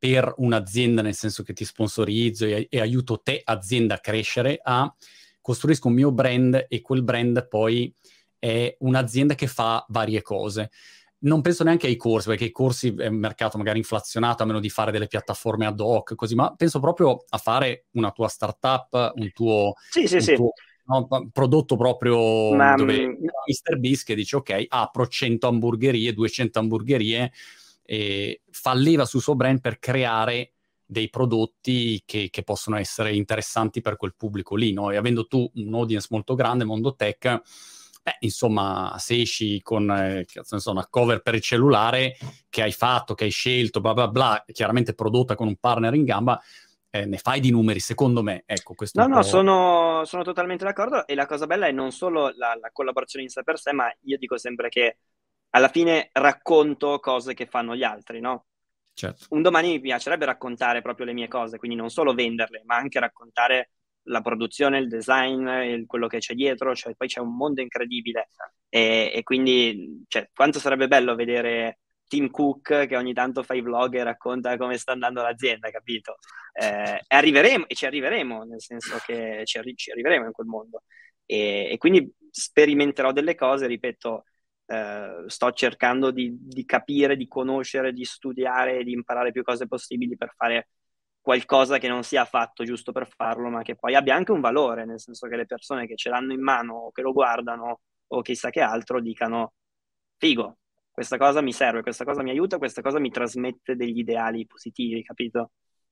per un'azienda, nel senso che ti sponsorizzo e, e aiuto te, azienda, a crescere, a costruisco un mio brand e quel brand poi è un'azienda che fa varie cose. Non penso neanche ai corsi, perché i corsi è un mercato magari inflazionato, a meno di fare delle piattaforme ad hoc, così, ma penso proprio a fare una tua startup, un tuo, Sì, sì, un sì, tuo no, prodotto proprio ma dove mh, mister Beast che dice ok, apro cento hamburgerie, duecento hamburgerie, e fa leva sul suo brand per creare dei prodotti che, che possono essere interessanti per quel pubblico lì, no? E avendo tu un audience molto grande, mondo tech, beh, insomma, se esci con eh, cazzo ne so, una cover per il cellulare che hai fatto, che hai scelto, bla bla bla, chiaramente prodotta con un partner in gamba, eh, ne fai di numeri, secondo me. Ecco, questo è no, un no, po'... sono, sono totalmente d'accordo e la cosa bella è non solo la, la collaborazione in sé per sé, ma io dico sempre che alla fine racconto cose che fanno gli altri, no? Certo. Un domani mi piacerebbe raccontare proprio le mie cose, quindi non solo venderle, ma anche raccontare la produzione, il design, il- quello che c'è dietro, cioè poi c'è un mondo incredibile e, e quindi cioè, quanto sarebbe bello vedere Tim Cook che ogni tanto fa i vlog e racconta come sta andando l'azienda, capito? Eh, e arriveremo, e ci arriveremo, nel senso che ci, arri- ci arriveremo in quel mondo. E, e quindi sperimenterò delle cose, ripeto, eh, sto cercando di, di capire, di conoscere, di studiare, di imparare più cose possibili per fare qualcosa che non sia fatto giusto per farlo, ma che poi abbia anche un valore, nel senso che le persone che ce l'hanno in mano o che lo guardano o chissà che altro dicano figo, questa cosa mi serve, questa cosa mi aiuta, questa cosa mi trasmette degli ideali positivi, capito?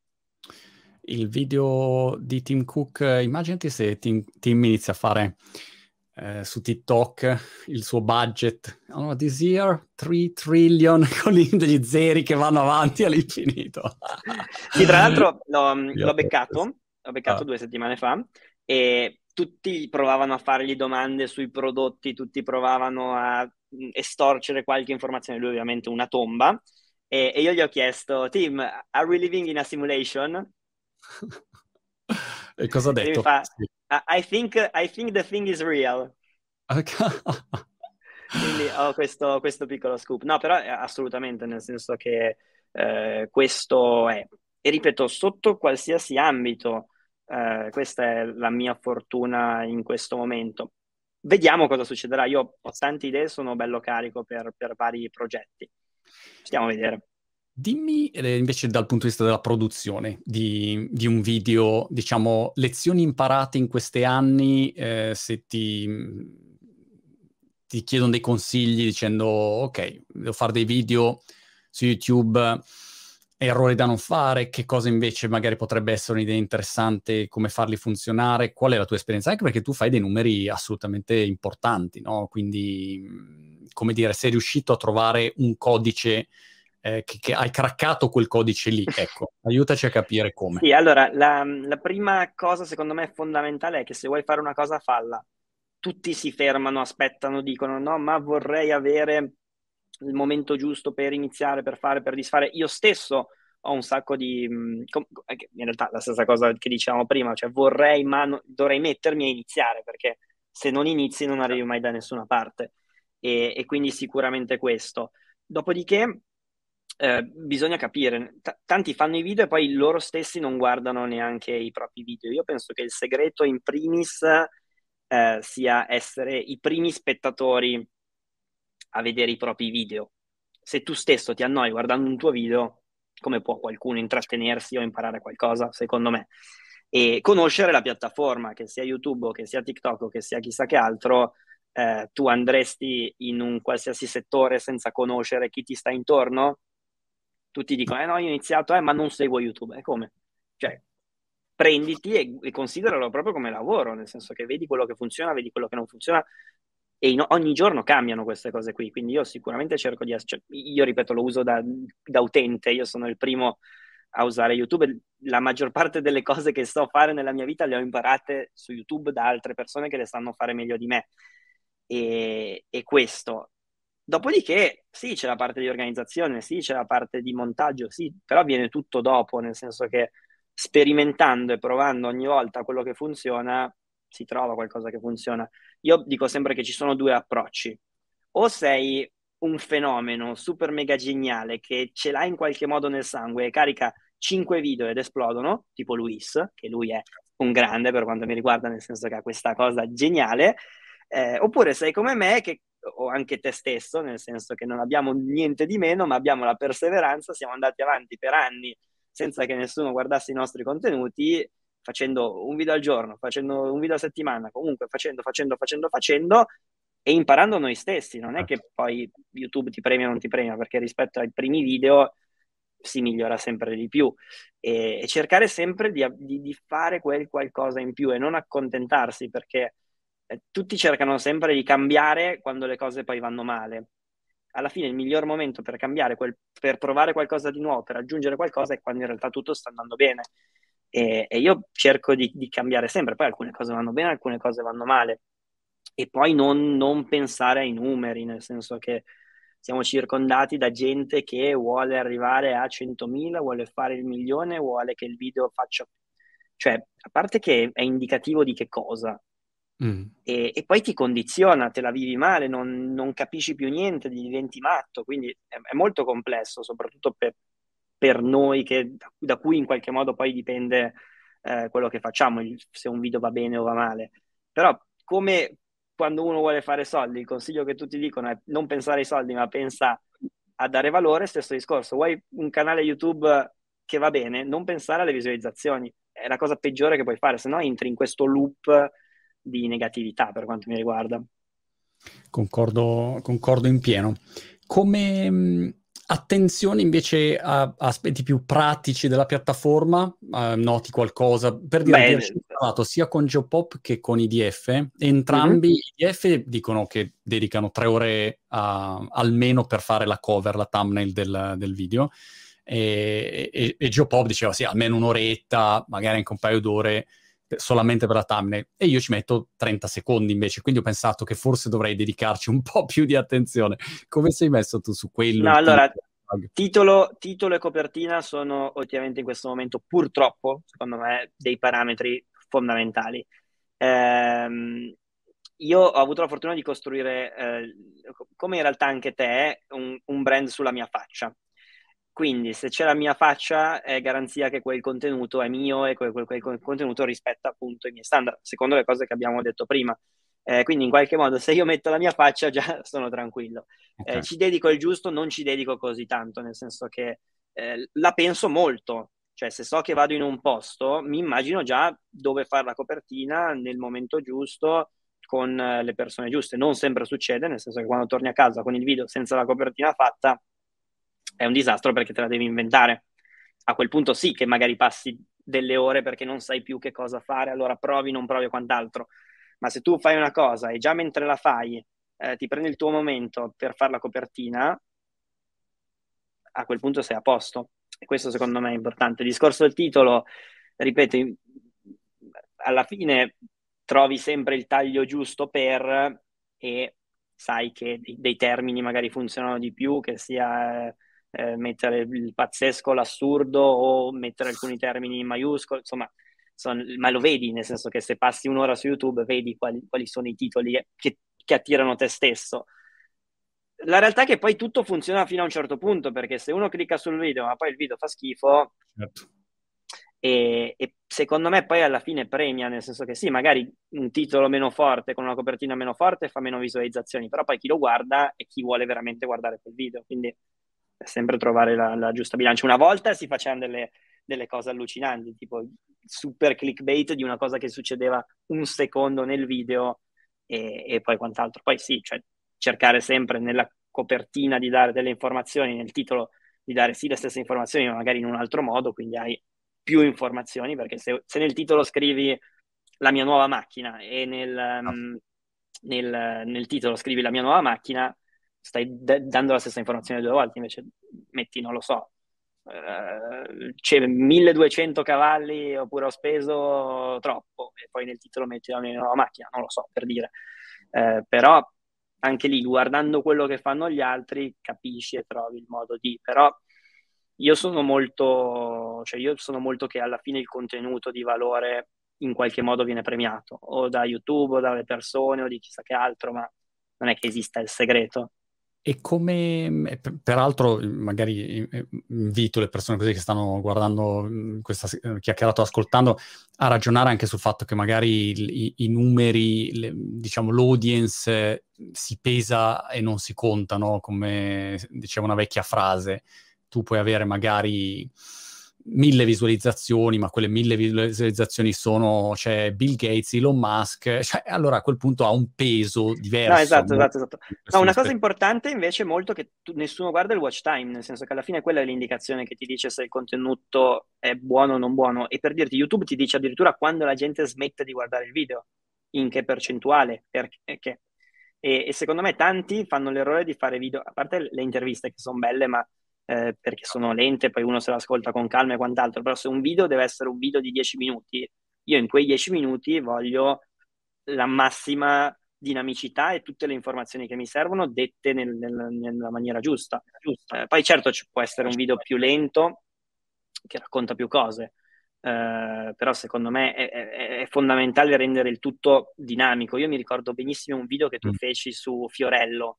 Il video di Tim Cook, eh, immaginati se Tim, Tim inizia a fare eh, su TikTok il suo budget. Oh, this year tre trillion con gli- degli zeri che vanno avanti all'infinito. Sì, tra l'altro l'ho, Io l'ho adoro beccato, questo. l'ho beccato Ah. due settimane fa e tutti provavano a fargli domande sui prodotti, tutti provavano a mh, estorcere qualche informazione, lui ovviamente una tomba, e, e io gli ho chiesto, Tim, are we living in a simulation? E cosa ha E lui mi detto? fa, Sì. I I think, I think the thing is real. Quindi ho questo, questo piccolo scoop. No, però è assolutamente, nel senso che eh, questo è. E ripeto, sotto qualsiasi ambito, eh, questa è la mia fortuna in questo momento. Vediamo cosa succederà. Io ho tante idee, sono bello carico per, per vari progetti. Stiamo a vedere. Dimmi eh, invece dal punto di vista della produzione di, di un video, diciamo, lezioni imparate in questi anni, eh, se ti, ti chiedono dei consigli dicendo, ok, devo fare dei video su YouTube, errori da non fare, che cosa invece magari potrebbe essere un'idea interessante, come farli funzionare, qual è la tua esperienza? Anche perché tu fai dei numeri assolutamente importanti, no? Quindi, mh, come dire, sei riuscito a trovare un codice eh, che, che hai craccato quel codice lì. Ecco, aiutaci a capire come. Sì, allora, la, la prima cosa secondo me fondamentale è che se vuoi fare una cosa, falla. Tutti si fermano, aspettano, dicono no, ma vorrei avere il momento giusto per iniziare, per fare, per disfare. Io stesso ho un sacco di... mh, com- in realtà la stessa cosa che dicevamo prima, cioè vorrei, ma no- dovrei mettermi a iniziare, perché se non inizi non arrivi mai da nessuna parte. E, e quindi sicuramente questo. Dopodiché eh, bisogna capire, T- tanti fanno i video e poi loro stessi non guardano neanche i propri video. Io penso che il segreto in primis eh, sia essere i primi spettatori a vedere i propri video. Se tu stesso ti annoi guardando un tuo video, come può qualcuno intrattenersi o imparare qualcosa, secondo me? E conoscere la piattaforma, che sia YouTube o che sia TikTok o che sia chissà che altro, eh, tu andresti in un qualsiasi settore senza conoscere chi ti sta intorno? Tutti dicono, eh no, io ho iniziato, eh, ma non seguo YouTube. E come? Cioè, prenditi e, e consideralo proprio come lavoro, nel senso che vedi quello che funziona, vedi quello che non funziona e in- ogni giorno cambiano queste cose qui, quindi io sicuramente cerco di... Cioè, io ripeto, lo uso da, da utente, io sono il primo a usare YouTube, la maggior parte delle cose che so fare nella mia vita le ho imparate su YouTube da altre persone che le sanno fare meglio di me. E, e questo. Dopodiché, sì, c'è la parte di organizzazione, sì, c'è la parte di montaggio, sì, però viene tutto dopo, nel senso che sperimentando e provando ogni volta quello che funziona, si trova qualcosa che funziona. Io dico sempre che ci sono due approcci. O sei un fenomeno super mega geniale che ce l'ha in qualche modo nel sangue e carica cinque video ed esplodono, tipo Luis, che lui è un grande per quanto mi riguarda, nel senso che ha questa cosa geniale, eh, oppure sei come me, che, o anche te stesso, nel senso che non abbiamo niente di meno, ma abbiamo la perseveranza, siamo andati avanti per anni senza che nessuno guardasse i nostri contenuti, facendo un video al giorno, facendo un video a settimana, comunque facendo, facendo, facendo, facendo, e imparando noi stessi. Non è che poi YouTube ti premia o non ti premia, perché rispetto ai primi video si migliora sempre di più, e, e cercare sempre di, di, di fare quel qualcosa in più e non accontentarsi, perché eh, tutti cercano sempre di cambiare quando le cose poi vanno male. Alla fine il miglior momento per cambiare, quel, per provare qualcosa di nuovo, per aggiungere qualcosa, è quando in realtà tutto sta andando bene. E, e io cerco di, di cambiare sempre, poi alcune cose vanno bene, alcune cose vanno male. E poi non, non pensare ai numeri, nel senso che siamo circondati da gente che vuole arrivare a centomila, vuole fare il milione, vuole che il video faccia... Cioè, a parte che è indicativo di che cosa, Mm. e, e poi ti condiziona, te la vivi male, non, non capisci più niente, diventi matto, quindi è, è molto complesso, soprattutto per, per noi, che, da, da cui in qualche modo poi dipende eh, quello che facciamo, il- se un video va bene o va male. Però come quando uno vuole fare soldi, il consiglio che tutti dicono è non pensare ai soldi, ma pensa a dare valore. Stesso discorso, vuoi un canale YouTube che va bene, non pensare alle visualizzazioni, è la cosa peggiore che puoi fare, se no entri in questo loop di negatività per quanto mi riguarda. Concordo, concordo in pieno. Come mh, attenzione invece a, a aspetti più pratici della piattaforma, eh, noti qualcosa? Per dire, di Beh, recente ho parlato sia con Geopop che con I D F. mhm. Entrambi I D F dicono che dedicano tre ore a- almeno per fare la cover, la thumbnail del, del video. E, e, e Geopop diceva sì, almeno un'oretta, magari anche un paio d'ore solamente per la thumbnail, e io ci metto trenta secondi invece, quindi ho pensato che forse dovrei dedicarci un po' più di attenzione. Come sei messo tu su quello, No, il allora, titolo? titolo, titolo e copertina sono ultimamente in questo momento, purtroppo, secondo me, dei parametri fondamentali. Ehm, io ho avuto la fortuna di costruire, eh, come in realtà anche te, un, un brand sulla mia faccia. Quindi se c'è la mia faccia è garanzia che quel contenuto è mio e quel, quel- quel contenuto rispetta appunto i miei standard, secondo le cose che abbiamo detto prima. Eh, quindi in qualche modo se io metto la mia faccia già sono tranquillo. Ok. Eh, ci dedico il giusto, non ci dedico così tanto, nel senso che eh, la penso molto. Cioè, se so che vado in un posto, mi immagino già dove fare la copertina nel momento giusto, con eh, le persone giuste. Non sempre succede, nel senso che quando torni a casa con il video senza la copertina fatta è un disastro, perché te la devi inventare. A quel punto sì che magari passi delle ore perché non sai più che cosa fare, allora provi, non provi o quant'altro. Ma se tu fai una cosa e già mentre la fai eh, ti prendi il tuo momento per fare la copertina, a quel punto sei a posto. E questo secondo me è importante. Il discorso del titolo, ripeto, alla fine trovi sempre il taglio giusto per, e sai che dei, dei termini magari funzionano di più, che sia eh, mettere il pazzesco, l'assurdo, o mettere alcuni termini in maiuscolo, insomma, son, ma lo vedi, nel senso che se passi un'ora su YouTube vedi quali, quali sono i titoli che, che attirano te stesso. La realtà è che poi tutto funziona fino a un certo punto, perché se uno clicca sul video ma poi il video fa schifo, Certo. e, e secondo me poi alla fine premia, nel senso che sì, magari un titolo meno forte con una copertina meno forte fa meno visualizzazioni, però poi chi lo guarda è chi vuole veramente guardare quel video, quindi è sempre trovare la, la giusta bilancia. Una volta si facevano delle, delle cose allucinanti, tipo il super clickbait di una cosa che succedeva un secondo nel video, e, e poi quant'altro. Poi sì, cioè cercare sempre nella copertina di dare delle informazioni, nel titolo di dare sì le stesse informazioni, ma magari in un altro modo, quindi hai più informazioni, perché se, se nel titolo scrivi la mia nuova macchina e nel, Ah, um, nel, nel titolo scrivi la mia nuova macchina, stai d- dando la stessa informazione due volte. Invece metti, non lo so, eh, c'è milleduecento cavalli oppure ho speso troppo, e poi nel titolo metti la mia nuova macchina, non lo so, per dire. Eh, però anche lì, guardando quello che fanno gli altri, capisci e trovi il modo di... Però io sono molto, cioè io sono molto che alla fine il contenuto di valore in qualche modo viene premiato, o da YouTube o dalle persone o di chissà che altro, ma non è che esista il segreto. E come, e per- peraltro, magari eh, invito le persone così che stanno guardando mh, questa eh, chiacchierata o ascoltando a ragionare anche sul fatto che magari il- i, i numeri, le- diciamo, l'audience eh, si pesa e non si conta, no? Come diceva una vecchia frase, tu puoi avere magari mille visualizzazioni, ma quelle mille visualizzazioni sono, c'è Bill Gates, Elon Musk, cioè, allora a quel punto ha un peso No, diverso, esatto, molto esatto, esatto. in No, questo una cosa rispetto. importante invece è molto che tu- nessuno guarda il watch time, nel senso che alla fine quella è l'indicazione che ti dice se il contenuto è buono o non buono. E per dirti, YouTube ti dice addirittura quando la gente smette di guardare il video, in che percentuale, perché. E, e secondo me tanti fanno l'errore di fare video, a parte le interviste che sono belle, ma eh, perché sono lente, poi uno se l'ascolta con calma e quant'altro, però se un video deve essere un video di dieci minuti, io in quei dieci minuti voglio la massima dinamicità e tutte le informazioni che mi servono dette nel- nel- nella maniera giusta. Eh, poi certo ci può essere un video più lento che racconta più cose, eh, però secondo me è, è- è fondamentale rendere il tutto dinamico. Io mi ricordo benissimo un video che tu Mm. feci su Fiorello,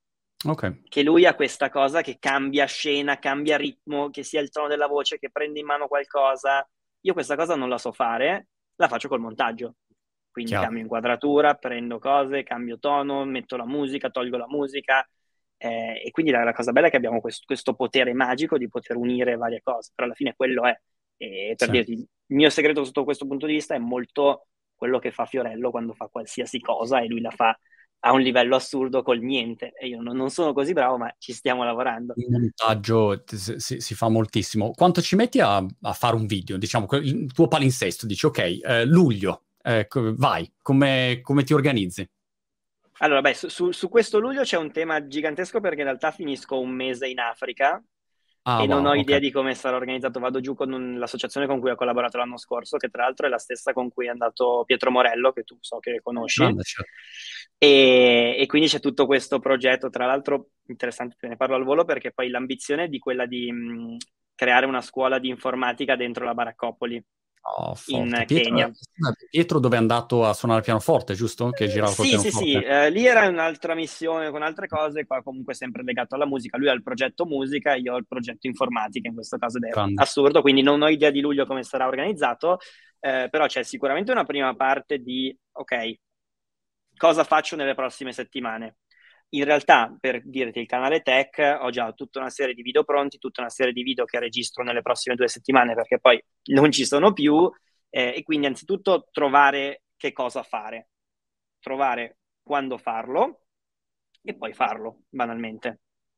Ok. che lui ha questa cosa che cambia scena, cambia ritmo, che sia il tono della voce, che prende in mano qualcosa. Io questa cosa non la so fare, la faccio col montaggio. Quindi Chiaro. cambio inquadratura, prendo cose, cambio tono, metto la musica, tolgo la musica. Eh, e quindi la, la cosa bella è che abbiamo questo, questo potere magico di poter unire varie cose, però alla fine quello è. E per Sì. dirti, il mio segreto sotto questo punto di vista è molto quello che fa Fiorello quando fa qualsiasi cosa e lui la fa a un livello assurdo col niente. E io non, non sono così bravo, ma ci stiamo lavorando. Il montaggio t- si, si- si fa moltissimo. Quanto ci metti a, a fare un video? Diciamo, que- il tuo palinsesto, dici, ok, eh, luglio, eh, co- vai, come, come ti organizzi? Allora, beh, su, su- su questo luglio c'è un tema gigantesco perché in realtà finisco un mese in Africa Ah, e non wow, ho ok. idea di come sarà organizzato. Vado giù con un- l'associazione con cui ho collaborato l'anno scorso, che tra l'altro è la stessa con cui è andato Pietro Morello, che tu so che conosci. Grande, certo. E, e quindi c'è tutto questo progetto, tra l'altro interessante, te ne parlo al volo perché poi l'ambizione è di quella di mh, creare una scuola di informatica dentro la Baraccopoli Oh, forte. in Pietro, Kenya. Pietro dove è andato a suonare il pianoforte, giusto? Che girava col Sì, sì, sì, pianoforte. eh, lì era un'altra missione con altre cose, qua comunque sempre legato alla musica. Lui ha il progetto musica, io ho il progetto informatica in questo caso ed è Grande. assurdo, quindi non ho idea di luglio come sarà organizzato, eh, però c'è sicuramente una prima parte di, ok, cosa faccio nelle prossime settimane? In realtà, per dirti, il canale Tech ho già tutta una serie di video pronti, tutta una serie di video che registro nelle prossime due settimane perché poi non ci sono più, eh, e quindi anzitutto trovare che cosa fare, trovare quando farlo e poi farlo, banalmente.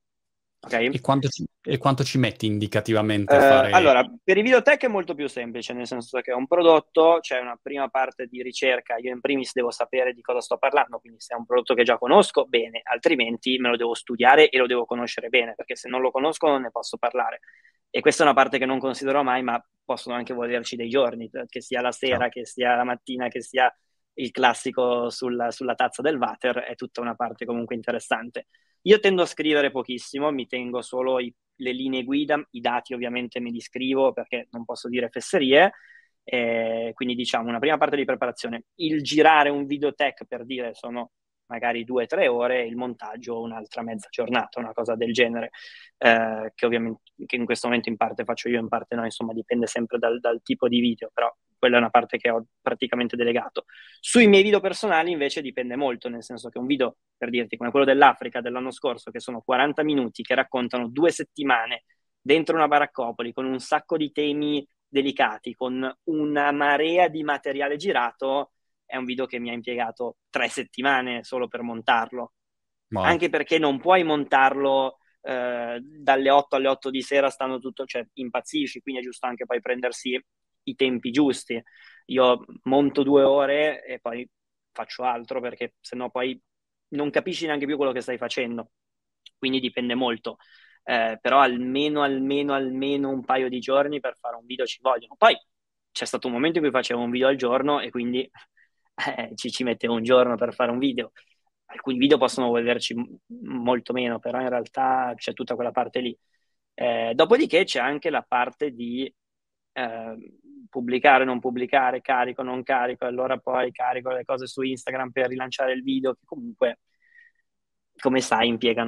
Ok? E quanto ci, e quanto ci metti indicativamente a Eh, fare... allora, per i videotech è molto più semplice, nel senso che è un prodotto, c'è una prima parte di ricerca, io in primis devo sapere di cosa sto parlando, quindi se è un prodotto che già conosco, bene, altrimenti me lo devo studiare e lo devo conoscere bene, perché se non lo conosco non ne posso parlare. E questa è una parte che non considero mai, ma possono anche volerci dei giorni, che sia la Chiaro. sera, che sia la mattina, che sia il classico sulla, sulla tazza del water, è tutta una parte comunque interessante. Io tendo a scrivere pochissimo, mi tengo solo i, le linee guida, i dati ovviamente me li scrivo perché non posso dire fesserie, eh, quindi diciamo una prima parte di preparazione. Il girare un videotech per dire sono magari due o tre ore, il montaggio un'altra mezza giornata, una cosa del genere, eh, che ovviamente che in questo momento in parte faccio io, in parte no, insomma dipende sempre dal, dal tipo di video, però quella è una parte che ho praticamente delegato. Sui miei video personali invece dipende molto, nel senso che un video, per dirti, come quello dell'Africa dell'anno scorso, che sono quaranta minuti, che raccontano due settimane dentro una baraccopoli, con un sacco di temi delicati, con una marea di materiale girato, è un video che mi ha impiegato tre settimane solo per montarlo. Wow. Anche perché non puoi montarlo eh, dalle otto alle otto di sera, stando tutto, cioè impazzisci, quindi è giusto anche poi prendersi i tempi giusti. Io monto due ore e poi faccio altro perché sennò poi non capisci neanche più quello che stai facendo. Quindi dipende molto. Eh, però almeno, almeno, almeno un paio di giorni per fare un video ci vogliono. Poi c'è stato un momento in cui facevo un video al giorno e quindi eh, ci, ci mettevo un giorno per fare un video. Alcuni video possono volerci m- molto meno, però in realtà c'è tutta quella parte lì. Eh, dopodiché c'è anche la parte di eh, pubblicare, non pubblicare, carico, non carico, allora poi carico le cose su Instagram per rilanciare il video, che comunque, come sai, impiegano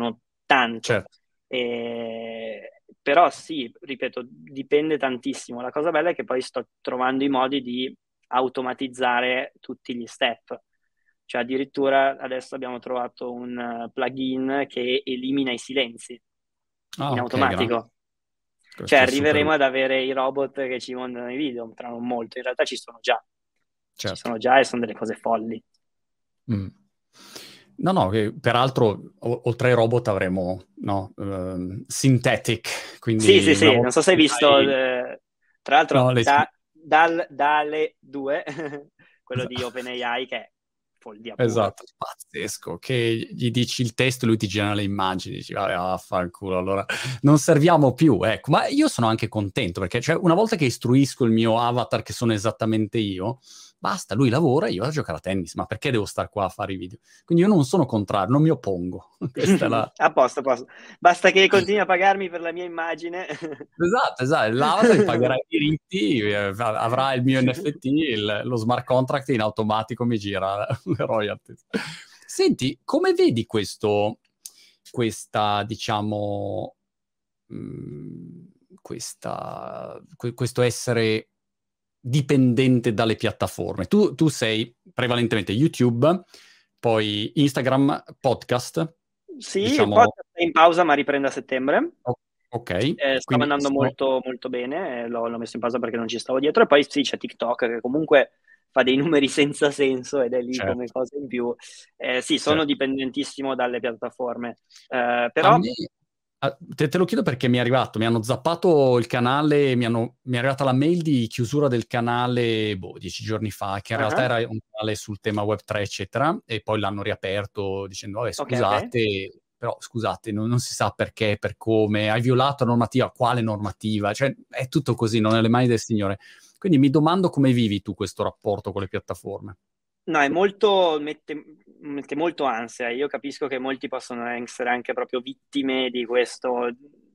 tanto. Certo. E... Però sì, ripeto, dipende tantissimo. La cosa bella è che poi sto trovando i modi di automatizzare tutti gli step. Cioè addirittura adesso abbiamo trovato un uh, plugin che elimina i silenzi Ah, in ok, grande. automatico. Cioè Questo è super arriveremo utile. ad avere i robot che ci mandano i video tra non molto. In realtà ci sono già. Ci Certo. sono già e sono delle cose folli. Mm. No, no, che peraltro o- oltre ai robot avremo, no, ehm, synthetic, Sì, sì, quindi una sì, non volta so se hai che visto, hai, eh, tra l'altro, no, le, da, dal, Dale due, quello di OpenAI, che è follia pura. esatto, pazzesco, che gli dici il testo e lui ti genera le immagini, dici, vabbè, vaffanculo, allora non serviamo più, ecco. Ma io sono anche contento, perché cioè, una volta che istruisco il mio avatar, che sono esattamente io, basta, lui lavora e io vado a giocare a tennis, ma perché devo stare qua a fare i video? Quindi io non sono contrario, non mi oppongo. Questa è la... A posto, a posto. Basta che continui a pagarmi per la mia immagine. Esatto, esatto, l'avatar mi pagherà i diritti, eh, avrà il mio N F T, il- lo smart contract in automatico mi gira le royalties. Senti, come vedi questo, questa, diciamo, mh, questa, que- questo essere dipendente dalle piattaforme? Tu, tu sei prevalentemente YouTube, poi Instagram, podcast, Sì, il diciamo, podcast è in pausa, ma riprende a settembre. o- ok, Eh, stava quindi andando sono... molto, molto bene, eh, l'ho, l'ho messo in pausa perché non ci stavo dietro. E poi sì, c'è TikTok che comunque fa dei numeri senza senso ed è lì come Certo, cosa in più. Eh, sì, sono certo. dipendentissimo dalle piattaforme. Eh, A però me, a- te, te lo chiedo perché mi è arrivato, mi hanno zappato il canale, mi, hanno- mi è arrivata la mail di chiusura del canale, boh, dieci giorni fa, che in realtà uh-huh, era un canale sul tema web tre, eccetera, e poi l'hanno riaperto dicendo, vabbè, ok, ok. scusate, però scusate, non, non si sa perché, per come, hai violato la normativa, quale normativa? Cioè, è tutto così, non è le mani del Signore. Quindi mi domando come vivi tu questo rapporto con le piattaforme. No, è molto, mette, mette molto ansia. Io capisco che molti possono essere anche proprio vittime di questo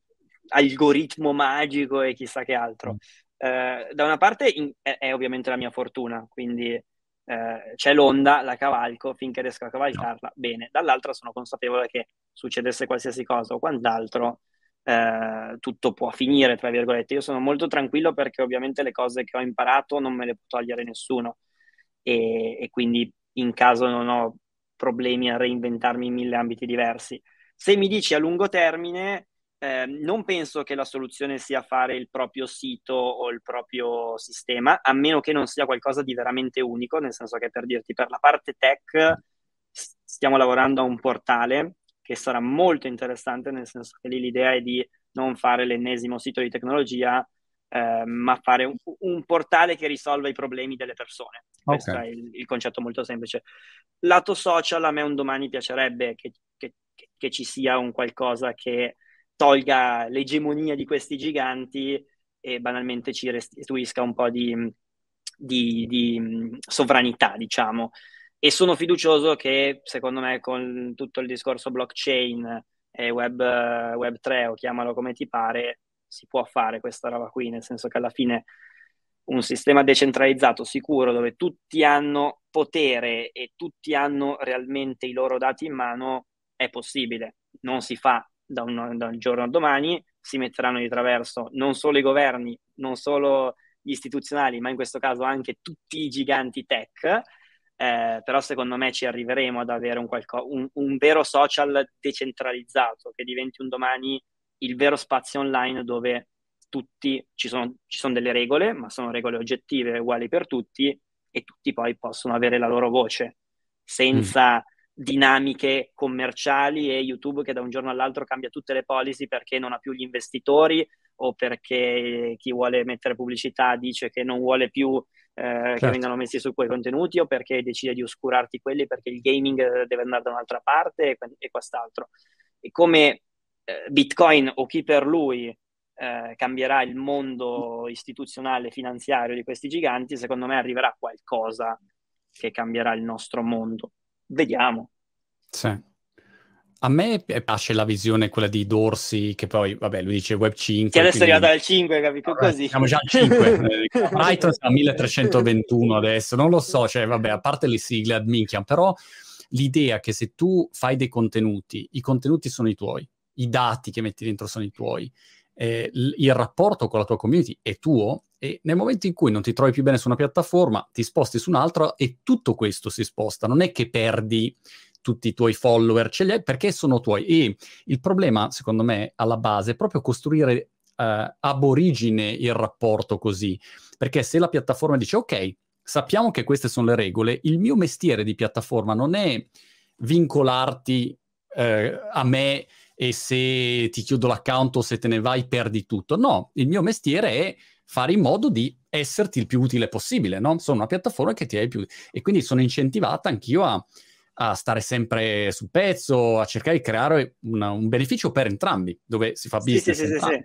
algoritmo magico e chissà che altro. Mm. Eh, da una parte in- è, è ovviamente la mia fortuna, quindi eh, c'è l'onda, la cavalco, finché riesco a No, cavalcarla, bene. Dall'altra sono consapevole che succedesse qualsiasi cosa o quant'altro, eh, tutto può finire, tra virgolette. Io sono molto tranquillo perché ovviamente le cose che ho imparato non me le può togliere nessuno e, e quindi in caso non ho problemi a reinventarmi in mille ambiti diversi. Se mi dici a lungo termine, eh, non penso che la soluzione sia fare il proprio sito o il proprio sistema, a meno che non sia qualcosa di veramente unico, nel senso che per dirti, per la parte tech s- stiamo lavorando a un portale che sarà molto interessante, nel senso che lì l'idea è di non fare l'ennesimo sito di tecnologia, eh, ma fare un, un portale che risolva i problemi delle persone. ok, Questo è il, il concetto molto semplice. Lato social, a me un domani piacerebbe che, che, che ci sia un qualcosa che tolga l'egemonia di questi giganti e banalmente ci restituisca un po' di, di, di sovranità, diciamo. E sono fiducioso che, secondo me, con tutto il discorso blockchain e web, web tre o chiamalo come ti pare, si può fare questa roba qui, nel senso che alla fine un sistema decentralizzato sicuro dove tutti hanno potere e tutti hanno realmente i loro dati in mano è possibile. Non si fa da un, da un giorno al domani, si metteranno di traverso non solo i governi, non solo gli istituzionali, ma in questo caso anche tutti i giganti tech. Eh, però secondo me ci arriveremo ad avere un, qualco- un, un vero social decentralizzato che diventi un domani il vero spazio online dove tutti ci sono, ci sono delle regole, ma sono regole oggettive uguali per tutti e tutti poi possono avere la loro voce mm, senza dinamiche commerciali e YouTube che da un giorno all'altro cambia tutte le policy perché non ha più gli investitori o perché chi vuole mettere pubblicità dice che non vuole più eh, che certo. vengano messi su quei contenuti o perché decide di oscurarti quelli perché il gaming deve andare da un'altra parte e, e quest'altro. E come eh, Bitcoin o chi per lui eh, cambierà il mondo istituzionale finanziario di questi giganti, secondo me arriverà qualcosa che cambierà il nostro mondo. Vediamo. Sì. A me piace la visione, quella di Dorsi, che poi, vabbè, lui dice Web Che cinque, adesso è arrivata quindi al cinque, capito? vabbè, Così. siamo già al cinque. Eh, Brighton siamo a milletrecentoventuno adesso, non lo so, cioè, vabbè, a parte le sigle ad minchia, però l'idea che se tu fai dei contenuti, i contenuti sono i tuoi, i dati che metti dentro sono i tuoi, eh, l- il rapporto con la tua community è tuo, e nel momento in cui non ti trovi più bene su una piattaforma, ti sposti su un'altra e tutto questo si sposta. Non è che perdi tutti i tuoi follower, ce li hai perché sono tuoi. E il problema, secondo me, alla base è proprio costruire eh, ab origine il rapporto così. Perché se la piattaforma dice, ok, sappiamo che queste sono le regole, il mio mestiere di piattaforma non è vincolarti eh, a me e se ti chiudo l'account o se te ne vai perdi tutto. No, il mio mestiere è fare in modo di esserti il più utile possibile, no? Sono una piattaforma che ti è più... E quindi sono incentivata anch'io a, a stare sempre sul pezzo, a cercare di creare una, un beneficio per entrambi, dove si fa Sì, sì, business sì, sì, entrambi. sì.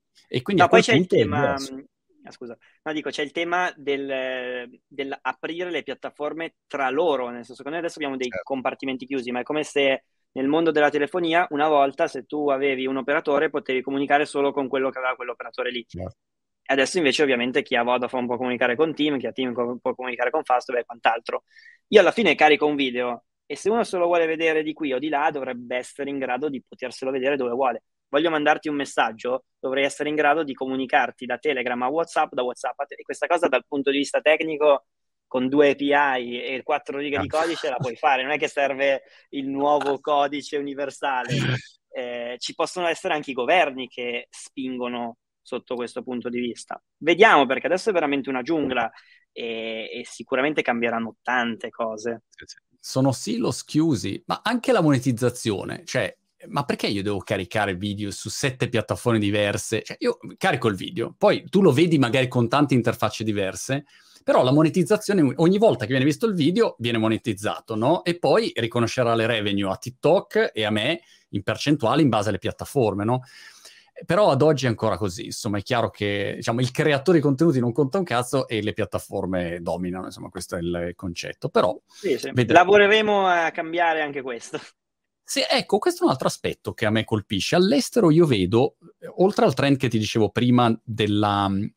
E quindi a No, poi quel c'è il punto è tema, diverso. mh, ah, scusa, no, dico, c'è il tema del, dell'aprire le piattaforme tra loro, nel senso che noi adesso abbiamo dei Certo. compartimenti chiusi, ma è come se nel mondo della telefonia, una volta, se tu avevi un operatore, potevi comunicare solo con quello che aveva quell'operatore lì. Certo. Adesso invece ovviamente chi ha Vodafone può comunicare con Team, chi ha Team può comunicare con Fastweb e quant'altro. Io alla fine carico un video e se uno se lo vuole vedere di qui o di là dovrebbe essere in grado di poterselo vedere dove vuole. Voglio mandarti un messaggio, dovrei essere in grado di comunicarti da Telegram a WhatsApp, da WhatsApp a te- e questa cosa dal punto di vista tecnico con due A P I e quattro righe di codice la puoi fare, non è che serve il nuovo codice universale. Eh, ci possono essere anche i governi che spingono sotto questo punto di vista. Vediamo, perché adesso è veramente una giungla e, e sicuramente cambieranno tante cose. Sono silos chiusi, ma anche la monetizzazione, cioè, ma perché io devo caricare video su sette piattaforme diverse? Cioè, io carico il video, poi tu lo vedi magari con tante interfacce diverse, però la monetizzazione, ogni volta che viene visto il video, viene monetizzato, no? E poi riconoscerà le revenue a TikTok e a me in percentuale in base alle piattaforme, no? Però ad oggi è ancora così, insomma è chiaro che diciamo, il creatore di contenuti non conta un cazzo e le piattaforme dominano, insomma questo è il concetto, però Sì, sì. vedremo. Lavoreremo a cambiare anche questo. Sì, ecco, questo è un altro aspetto che a me colpisce. All'estero io vedo, oltre al trend che ti dicevo prima della mh,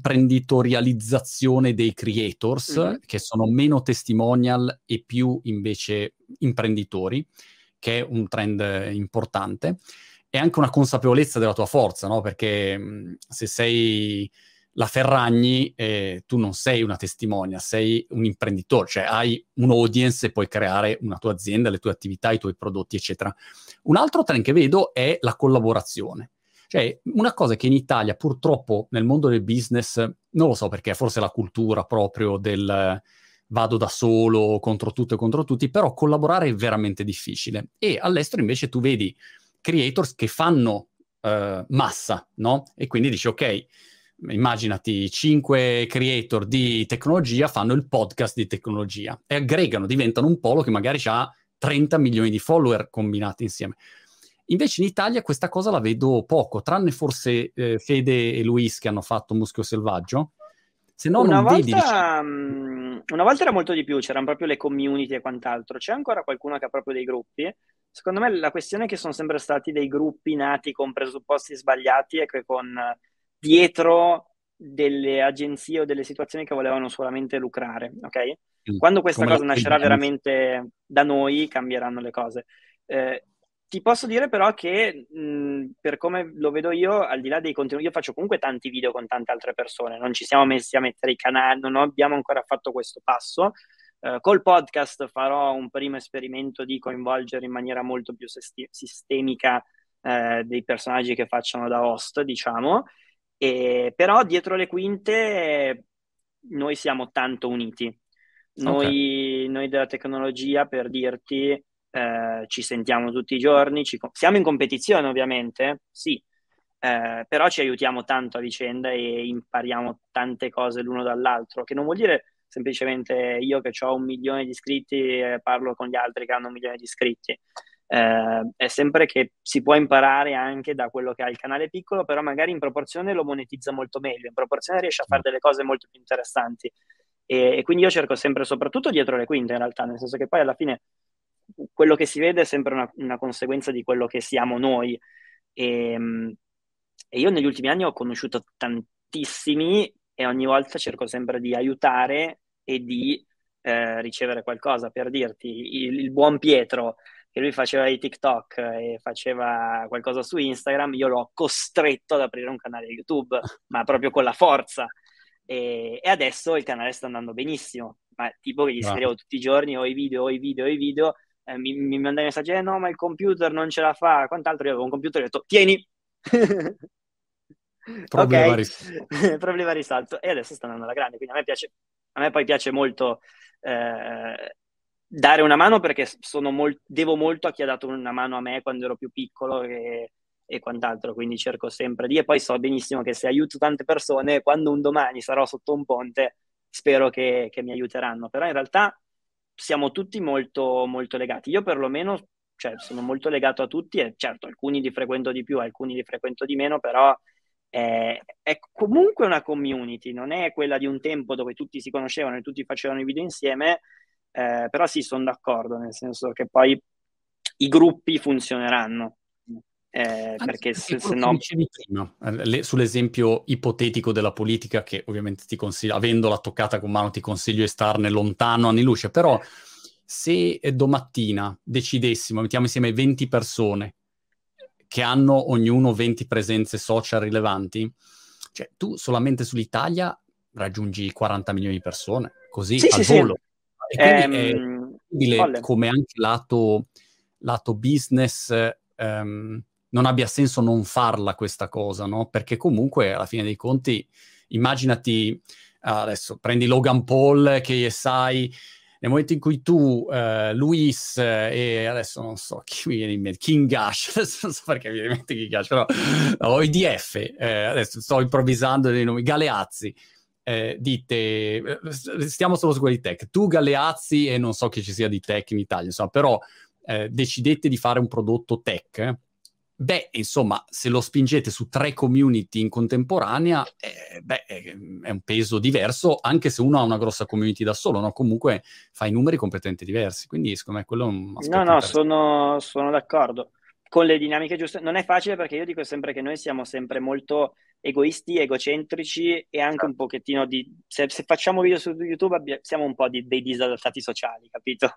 imprenditorializzazione dei creators, Mhm. che sono meno testimonial e più invece imprenditori, che è un trend eh, importante, e anche una consapevolezza della tua forza, no? Perché mh, se sei la Ferragni, eh, tu non sei una testimonia, sei un imprenditore, cioè hai un'audience e puoi creare una tua azienda, le tue attività, i tuoi prodotti, eccetera. Un altro trend che vedo è la collaborazione. Cioè, una cosa che in Italia purtroppo nel mondo del business, non lo so perché, forse la cultura proprio del eh, vado da solo contro tutto e contro tutti, però collaborare è veramente difficile. E all'estero invece tu vedi creators che fanno eh, massa, no? E quindi dici, ok, immaginati cinque creator di tecnologia fanno il podcast di tecnologia e aggregano, diventano un polo che magari ha trenta milioni di follower combinati insieme. Invece in Italia questa cosa la vedo poco, tranne forse eh, Fede e Luis che hanno fatto Muschio Selvaggio, se no Una non vedi... volta, mh, una volta era molto di più, c'erano proprio le community e quant'altro. C'è ancora qualcuno che ha proprio dei gruppi. Secondo me la questione è che sono sempre stati dei gruppi nati con presupposti sbagliati e che con eh, dietro delle agenzie o delle situazioni che volevano solamente lucrare, ok? Quando questa come la cosa Boy nascerà Band. veramente da noi, cambieranno le cose. Eh, ti posso dire però che mh, per come lo vedo io, al di là dei contenuti, io faccio comunque tanti video con tante altre persone, non ci siamo messi a mettere i canali, non abbiamo ancora fatto questo passo. Eh, col podcast farò un primo esperimento di coinvolgere in maniera molto più sesti- sistemica eh, dei personaggi che facciano da host, diciamo, e, però dietro le quinte eh, noi siamo tanto uniti. Ok. Noi, noi della tecnologia, per dirti, eh, ci sentiamo tutti i giorni, ci- siamo in competizione ovviamente, sì, eh, però ci aiutiamo tanto a vicenda e impariamo tante cose l'uno dall'altro, che non vuol dire semplicemente io che ho un milione di iscritti e parlo con gli altri che hanno un milione di iscritti. Eh, è sempre che si può imparare anche da quello che ha il canale piccolo, però magari in proporzione lo monetizza molto meglio, in proporzione riesce a fare delle cose molto più interessanti. E, e quindi io cerco sempre, soprattutto dietro le quinte in realtà, nel senso che poi alla fine quello che si vede è sempre una, una conseguenza di quello che siamo noi. E, e io negli ultimi anni ho conosciuto tantissimi e ogni volta cerco sempre di aiutare e di eh, ricevere qualcosa. Per dirti, il, il buon Pietro che lui faceva i TikTok e faceva qualcosa su Instagram, io l'ho costretto ad aprire un canale YouTube, ma proprio con la forza. E, e adesso il canale sta andando benissimo, ma tipo che gli Bravo. scrivevo tutti i giorni o i video, o i video, o i video, eh, mi, mi mandava messaggi, eh no, ma il computer non ce la fa, quant'altro. Io avevo un computer e ho detto, tieni! Problema Ok, risolto. problema risolto. E adesso sta andando alla grande, quindi a me piace, a me poi piace molto eh, dare una mano, perché sono mol- devo molto a chi ha dato una mano a me quando ero più piccolo e, e quant'altro, quindi cerco sempre di, e poi so benissimo che se aiuto tante persone, quando un domani sarò sotto un ponte, spero che, che mi aiuteranno, però in realtà siamo tutti molto, molto legati. Io perlomeno, cioè, sono molto legato a tutti, e certo alcuni li frequento di più, alcuni li frequento di meno, però è, è comunque una community, non è quella di un tempo dove tutti si conoscevano e tutti facevano i video insieme, eh, però sì, sono d'accordo, nel senso che poi i gruppi funzioneranno, eh, Anche perché perché se, se quello che no... dicevi prima, eh, le- sull'esempio ipotetico della politica, che ovviamente ti consiglio, avendola toccata con mano, ti consiglio di starne lontano anni luce, però se eh, domattina decidessimo, mettiamo insieme venti persone che hanno ognuno venti presenze social rilevanti, cioè tu solamente sull'Italia raggiungi quaranta milioni di persone, così Sì, al sì, sì, volo. E quindi è ehm, incredibile folle. come anche lato, lato business ehm, non abbia senso non farla questa cosa, no? Perché comunque alla fine dei conti, immaginati, adesso prendi Logan Paul che sai, nel momento in cui tu, uh, Luis eh, e adesso non so chi mi viene in mente, King Ash, adesso non so perché mi viene in mente King Ash, però o I D F, eh, adesso sto improvvisando dei nomi, Galeazzi, eh, dite, eh, stiamo solo su quelli tech, tu Galeazzi e non so che ci sia di tech in Italia, insomma, però eh, decidete di fare un prodotto tech, eh? Beh, insomma, se lo spingete su tre community in contemporanea, eh, beh, è un peso diverso, anche se uno ha una grossa community da solo, no? Comunque fai numeri completamente diversi, quindi secondo me quello è un No, aspetto no, interessante. sono, sono d'accordo. Con le dinamiche giuste. Non è facile, perché io dico sempre che noi siamo sempre molto egoisti, egocentrici e anche un pochettino di... Se, se facciamo video su YouTube abbia- siamo un po' di- dei disadattati sociali, capito?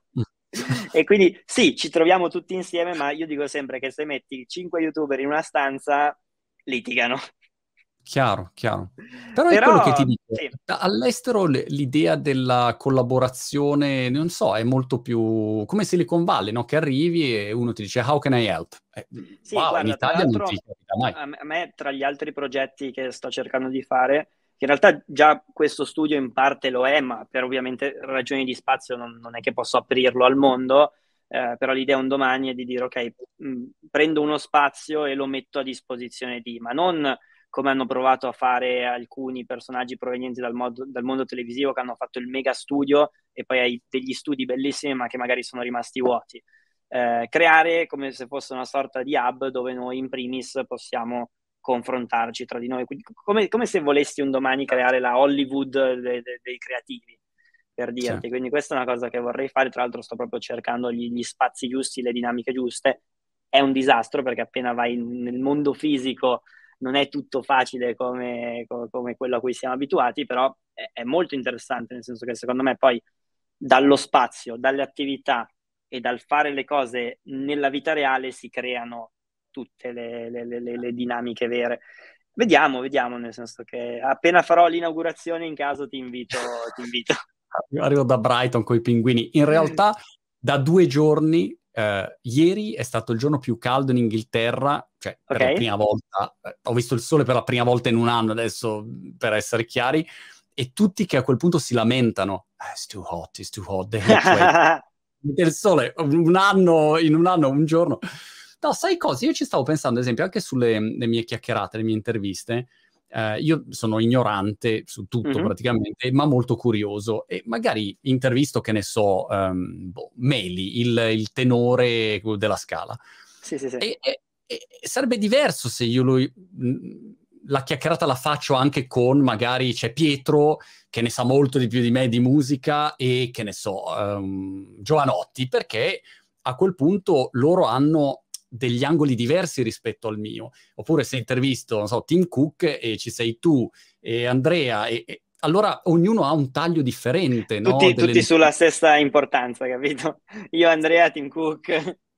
E quindi sì, ci troviamo tutti insieme, ma io dico sempre che se metti cinque YouTuber in una stanza, litigano. Chiaro, chiaro. Però è quello che ti Però dico, sì, all'estero l- l'idea della collaborazione, non so, è molto più come Silicon Valley, no? Che arrivi e uno ti dice "How can I help?" Eh, sì, wow, in guarda, tra Italia non ti l'altro capita mai. a me, a me, tra gli altri progetti che sto cercando di fare, che in realtà già questo studio in parte lo è, ma per ovviamente ragioni di spazio non, non è che posso aprirlo al mondo, eh, però l'idea un domani è di dire ok, mh, prendo uno spazio e lo metto a disposizione di, ma non come hanno provato a fare alcuni personaggi provenienti dal, mod- dal mondo televisivo, che hanno fatto il mega studio e poi hai degli studi bellissimi ma che magari sono rimasti vuoti. Eh, creare come se fosse una sorta di hub dove noi in primis possiamo confrontarci tra di noi. Quindi, come, come se volessi un domani creare la Hollywood de- de- dei creativi, per Sì. dirti. Quindi questa è una cosa che vorrei fare. Tra l'altro sto proprio cercando gli, gli spazi giusti, le dinamiche giuste. È un disastro, perché appena vai nel mondo fisico non è tutto facile come, come, come quello a cui siamo abituati, però è, è molto interessante, nel senso che secondo me poi dallo spazio, dalle attività e dal fare le cose nella vita reale si creano tutte le, le, le, le dinamiche vere. Vediamo, vediamo, nel senso che appena farò l'inaugurazione in caso ti invito, ti invito. Arrivo da Brighton con i pinguini. In realtà, da due giorni, eh, ieri è stato il giorno più caldo in Inghilterra, cioè per la Ok? prima volta. Eh, ho visto il sole per la prima volta in un anno, adesso, per essere chiari, e tutti che a quel punto si lamentano. "Ah, it's too hot, it's too hot, the heat wave." Il sole, un anno, in un anno, un giorno. No, sai cosa? Io ci stavo pensando, ad esempio, anche sulle le mie chiacchierate, le mie interviste. Eh, io sono ignorante su tutto Mhm. praticamente, ma molto curioso. E magari intervisto, che ne so, um, boh, Meli, il, il tenore della Scala. Sì, sì, sì. E, e- e sarebbe diverso se io lui, mh, la chiacchierata la faccio anche con, magari c'è Pietro, che ne sa molto di più di me di musica, e che ne so, um, Giovanotti, perché a quel punto loro hanno degli angoli diversi rispetto al mio. Oppure se intervisto, non so, Tim Cook e ci sei tu e Andrea, e, e allora ognuno ha un taglio differente, no? Tutti, Delle... tutti sulla stessa importanza, capito? Io, Andrea, Tim Cook.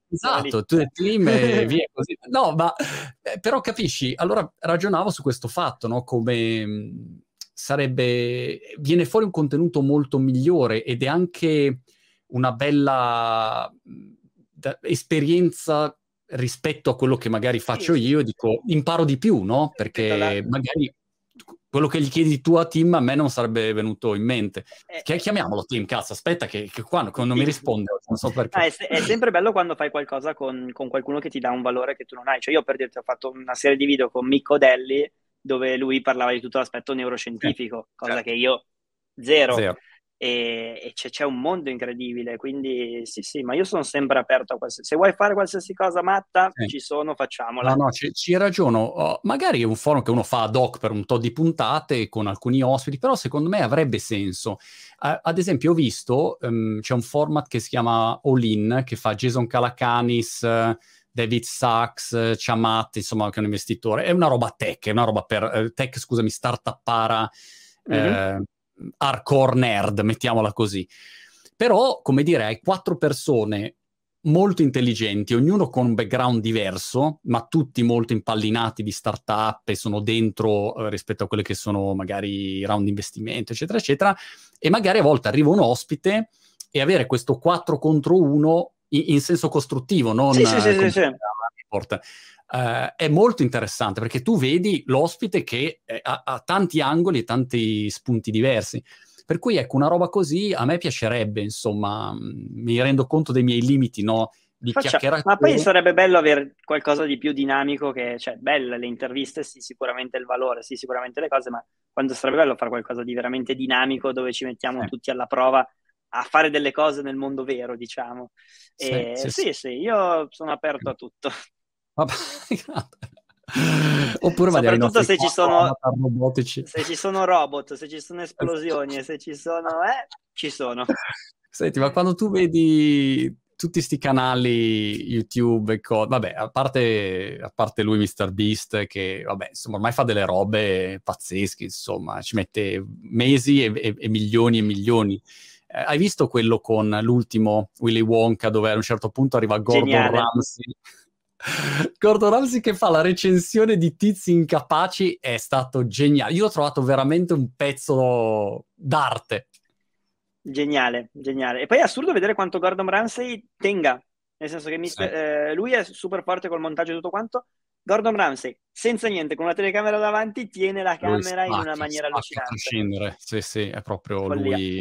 Siamo lì. Esatto, tu e team e via così. No, ma eh, però capisci, allora ragionavo su questo fatto, no? Come mh, sarebbe, viene fuori un contenuto molto migliore ed è anche una bella mh, da- esperienza rispetto a quello che magari Sì, faccio sì, io, sì. dico, imparo di più, no? Ripeto, la, Perché magari quello che gli chiedi tu a Tim a me non sarebbe venuto in mente. è, Che- Chiamiamolo Tim, cazzo, aspetta che, che qua il non mi team. risponde, non so Ah, perché. è, se- è sempre bello quando fai qualcosa con, con qualcuno che ti dà un valore che tu non hai. Cioè, io per dirti, ho fatto una serie di video con Micco Delli dove lui parlava di tutto l'aspetto Sì, neuroscientifico, cosa che certo. io zero. Zero. E, e c'è, c'è un mondo incredibile, quindi sì, sì, ma io sono sempre aperto a qualsiasi. Se vuoi fare qualsiasi cosa matta, Sì. ci sono, No, facciamola. no, ci, ci ragiono. Oh, magari è un forum che uno fa ad hoc per un tot di puntate con alcuni ospiti, però secondo me avrebbe senso. Eh, ad esempio, ho visto, ehm, c'è un format che si chiama All In, che fa Jason Calacanis, eh, David Sachs, eh, Chamath, insomma, che è un investitore. È una roba tech, è una roba per eh, tech, scusami, startup para, Mhm. eh, hardcore nerd, mettiamola così. Però, come dire, hai quattro persone molto intelligenti, ognuno con un background diverso, ma tutti molto impallinati di startup e sono dentro eh, rispetto a quelle che sono magari round di investimento, eccetera, eccetera. E magari a volte arriva un ospite e avere questo quattro contro uno in, in senso costruttivo, non Sì, sì, sì, eh, sì, come sì. report. Eh, è molto interessante perché tu vedi l'ospite che eh, ha, ha tanti angoli e tanti spunti diversi. Per cui ecco, una roba così a me piacerebbe, insomma, mh, mi rendo conto dei miei limiti, no? Di Faccia- Ma poi chiacchieratore. sarebbe bello avere qualcosa di più dinamico che, cioè, belle le interviste, sì, sicuramente il valore, sì, sicuramente le cose, ma quando sarebbe bello fare qualcosa di veramente dinamico dove ci mettiamo Sì, tutti alla prova a fare delle cose nel mondo vero, diciamo. sì, E sì, sì. sì, sì, io sono aperto a tutto. Vabbè, oppure magari i Soprattutto nostri se ci quattro sono, avatar robotici. se ci sono robot, se ci sono esplosioni e se ci sono, eh, ci sono. Senti, ma quando tu vedi tutti sti canali YouTube e cose, vabbè, a parte, a parte lui, MrBeast, che vabbè, insomma, ormai fa delle robe pazzesche, insomma, ci mette mesi e, e- e milioni e milioni. Eh, hai visto quello con l'ultimo Willy Wonka, dove a un certo punto arriva Gordon Geniale, Ramsay? Gordon Ramsay che fa la recensione di tizi incapaci è stato geniale. Io l'ho trovato veramente un pezzo d'arte. geniale, geniale. E poi è assurdo vedere quanto Gordon Ramsay tenga, nel senso che Sì. mister- eh, lui è super forte col montaggio e tutto quanto. Gordon Ramsay, senza niente, con una telecamera davanti, tiene la Lui camera in una spacca, maniera spacca a allucinante. prescindere. Sì, sì, è proprio Follia. lui.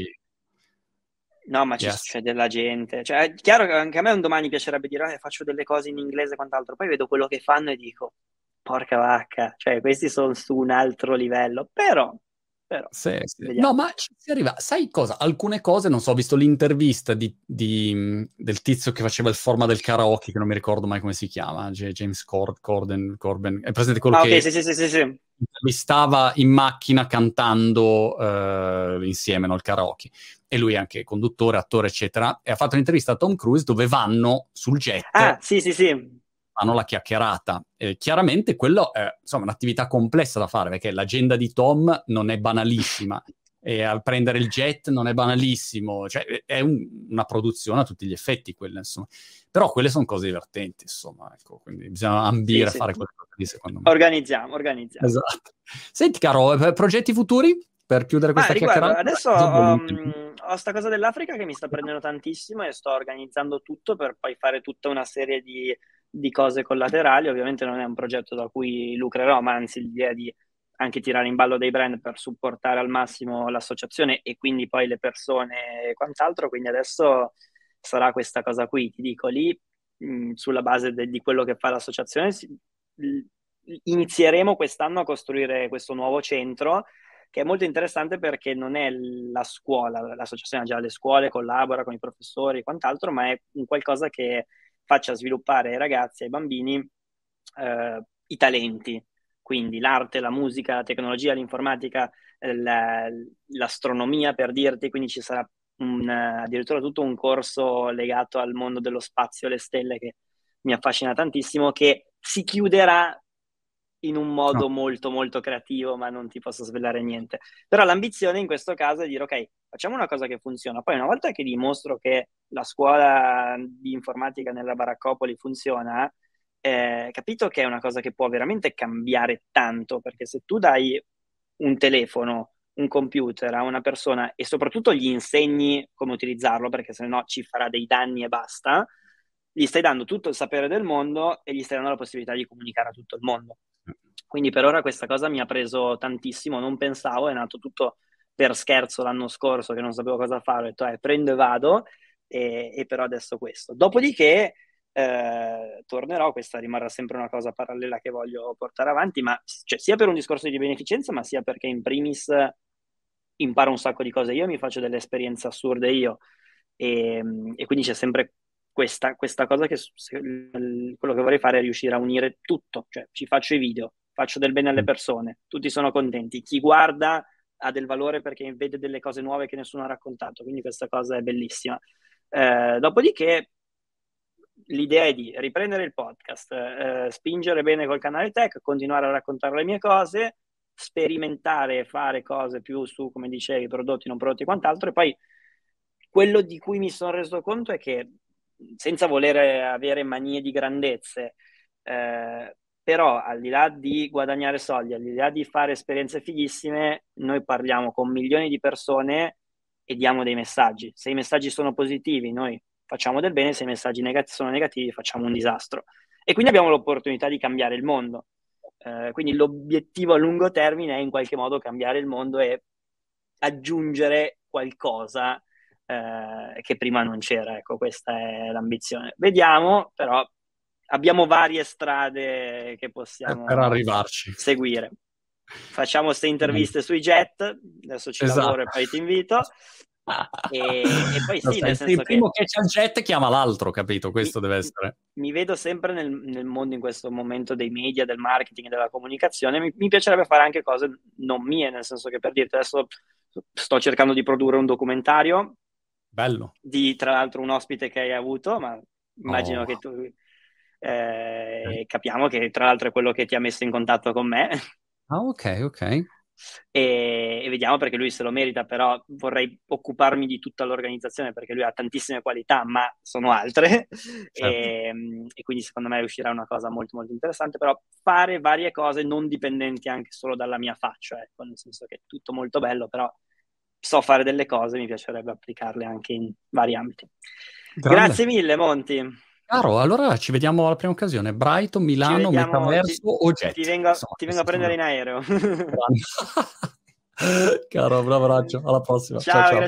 No, ma ci Yes. c'è della gente. Cioè, è chiaro che anche a me un domani piacerebbe dire, "Ah, faccio delle cose in inglese e quant'altro. Poi vedo quello che fanno e dico, porca vacca, cioè, questi sono su un altro livello. Però, però, Sì, sì. No, vediamo. ma ci si arriva. Sai cosa? Alcune cose, non so, ho visto l'intervista di, di, mh, del tizio che faceva il format del karaoke, che non mi ricordo mai come si chiama, J- James Cord- Corden, Corben. È presente quello Ah, ok, che sì, sì, sì, sì, sì. intervistava in macchina cantando eh, insieme, no, il karaoke. E lui è anche conduttore, attore, eccetera. E ha fatto un'intervista a Tom Cruise dove vanno sul Ah, jet, sì, sì, sì. fanno la chiacchierata. Eh, chiaramente quello è insomma un'attività complessa da fare perché l'agenda di Tom non è banalissima e a prendere il jet non è banalissimo, cioè è un- una produzione a tutti gli effetti quella, insomma. Però quelle sono cose divertenti, insomma, ecco, quindi bisogna Sì, ambire a sì. fare quelle cose lì, secondo me. Organizziamo, organizziamo. Esatto. Senti, caro, eh, progetti futuri per chiudere Ma questa riguardo, chiacchierata? adesso Cosa vuoi ho, in tempo? mh, ho sta cosa dell'Africa che mi sta prendendo tantissimo e sto organizzando tutto per poi fare tutta una serie di, di cose collaterali. Ovviamente non è un progetto da cui lucrerò, ma anzi l'idea di anche tirare in ballo dei brand per supportare al massimo l'associazione e quindi poi le persone e quant'altro. Quindi adesso sarà questa cosa qui, ti dico, lì mh, sulla base de- di quello che fa l'associazione, si- l- inizieremo quest'anno a costruire questo nuovo centro che è molto interessante perché non è la scuola, l'associazione ha già le scuole, collabora con i professori e quant'altro, ma è un qualcosa che faccia sviluppare ai ragazzi, ai bambini, eh, i talenti, quindi l'arte, la musica, la tecnologia, l'informatica, la- l'astronomia per dirti, quindi ci sarà un, addirittura tutto un corso legato al mondo dello spazio e le stelle che mi affascina tantissimo, che si chiuderà in un No. modo molto molto creativo, ma non ti posso svelare niente. Però l'ambizione in questo caso è dire ok, facciamo una cosa che funziona, poi una volta che dimostro che la scuola di informatica nella Baraccopoli funziona, eh, capito che è una cosa che può veramente cambiare tanto, perché se tu dai un telefono, un computer a una persona e soprattutto gli insegni come utilizzarlo, perché se no ci farà dei danni e basta, gli stai dando tutto il sapere del mondo e gli stai dando la possibilità di comunicare a tutto il mondo. Quindi per ora questa cosa mi ha preso tantissimo, non pensavo, è nato tutto per scherzo l'anno scorso che non sapevo cosa fare, ho detto eh, prendo e vado, e, e però adesso questo. Dopodiché eh, tornerò, questa rimarrà sempre una cosa parallela che voglio portare avanti, ma cioè, sia per un discorso di beneficenza, ma sia perché in primis imparo un sacco di cose io, mi faccio delle esperienze assurde io, e, e quindi c'è sempre questa, questa cosa che se, quello che vorrei fare è riuscire a unire tutto, cioè ci faccio i video, faccio del bene alle persone, tutti sono contenti, chi guarda ha del valore perché vede delle cose nuove che nessuno ha raccontato, quindi questa cosa è bellissima. Eh, dopodiché l'idea è di riprendere il podcast, eh, spingere bene col canale tech, continuare a raccontare le mie cose, sperimentare e fare cose più su, come dicevi, prodotti, non prodotti e quant'altro, e poi quello di cui mi sono reso conto è che senza voler avere manie di grandezze, eh, però al di là di guadagnare soldi, al di là di fare esperienze fighissime, noi parliamo con milioni di persone e diamo dei messaggi. Se i messaggi sono positivi, noi facciamo del bene, se i messaggi negati- sono negativi, facciamo un disastro. E quindi abbiamo l'opportunità di cambiare il mondo. Eh, quindi l'obiettivo a lungo termine è in qualche modo cambiare il mondo e aggiungere qualcosa eh, che prima non c'era. Ecco, questa è l'ambizione. Vediamo, però abbiamo varie strade che possiamo per arrivarci. seguire. Facciamo queste interviste sui jet, adesso ci esatto. lavoro e poi ti invito. E, e poi sì, no, nel senso il primo che, che c'è il jet chiama l'altro, capito? Questo mi, deve essere. Mi vedo sempre nel, nel mondo in questo momento dei media, del marketing e della comunicazione. Mi, mi piacerebbe fare anche cose non mie, nel senso che per dirti adesso sto cercando di produrre un documentario. Bello. Di tra l'altro un ospite che hai avuto, ma immagino oh. che tu eh, capiamo che tra l'altro è quello che ti ha messo in contatto con me. Ah, ok, ok. E, e vediamo, perché lui se lo merita, però vorrei occuparmi di tutta l'organizzazione perché lui ha tantissime qualità, ma sono altre. Certo. E, e quindi secondo me uscirà una cosa molto molto interessante, però fare varie cose non dipendenti anche solo dalla mia faccia, ecco, nel senso che è tutto molto bello, però so fare delle cose, mi piacerebbe applicarle anche in vari ambiti. Grande. Grazie mille, Monti. Caro, allora ci vediamo alla prima occasione. Brighton, Milano, vediamo, Metaverso ti, o Jet. Ti vengo, Insomma, ti vengo a prendere in aereo. Caro, un abbraccio. Alla prossima. Ciao, ciao, ciao.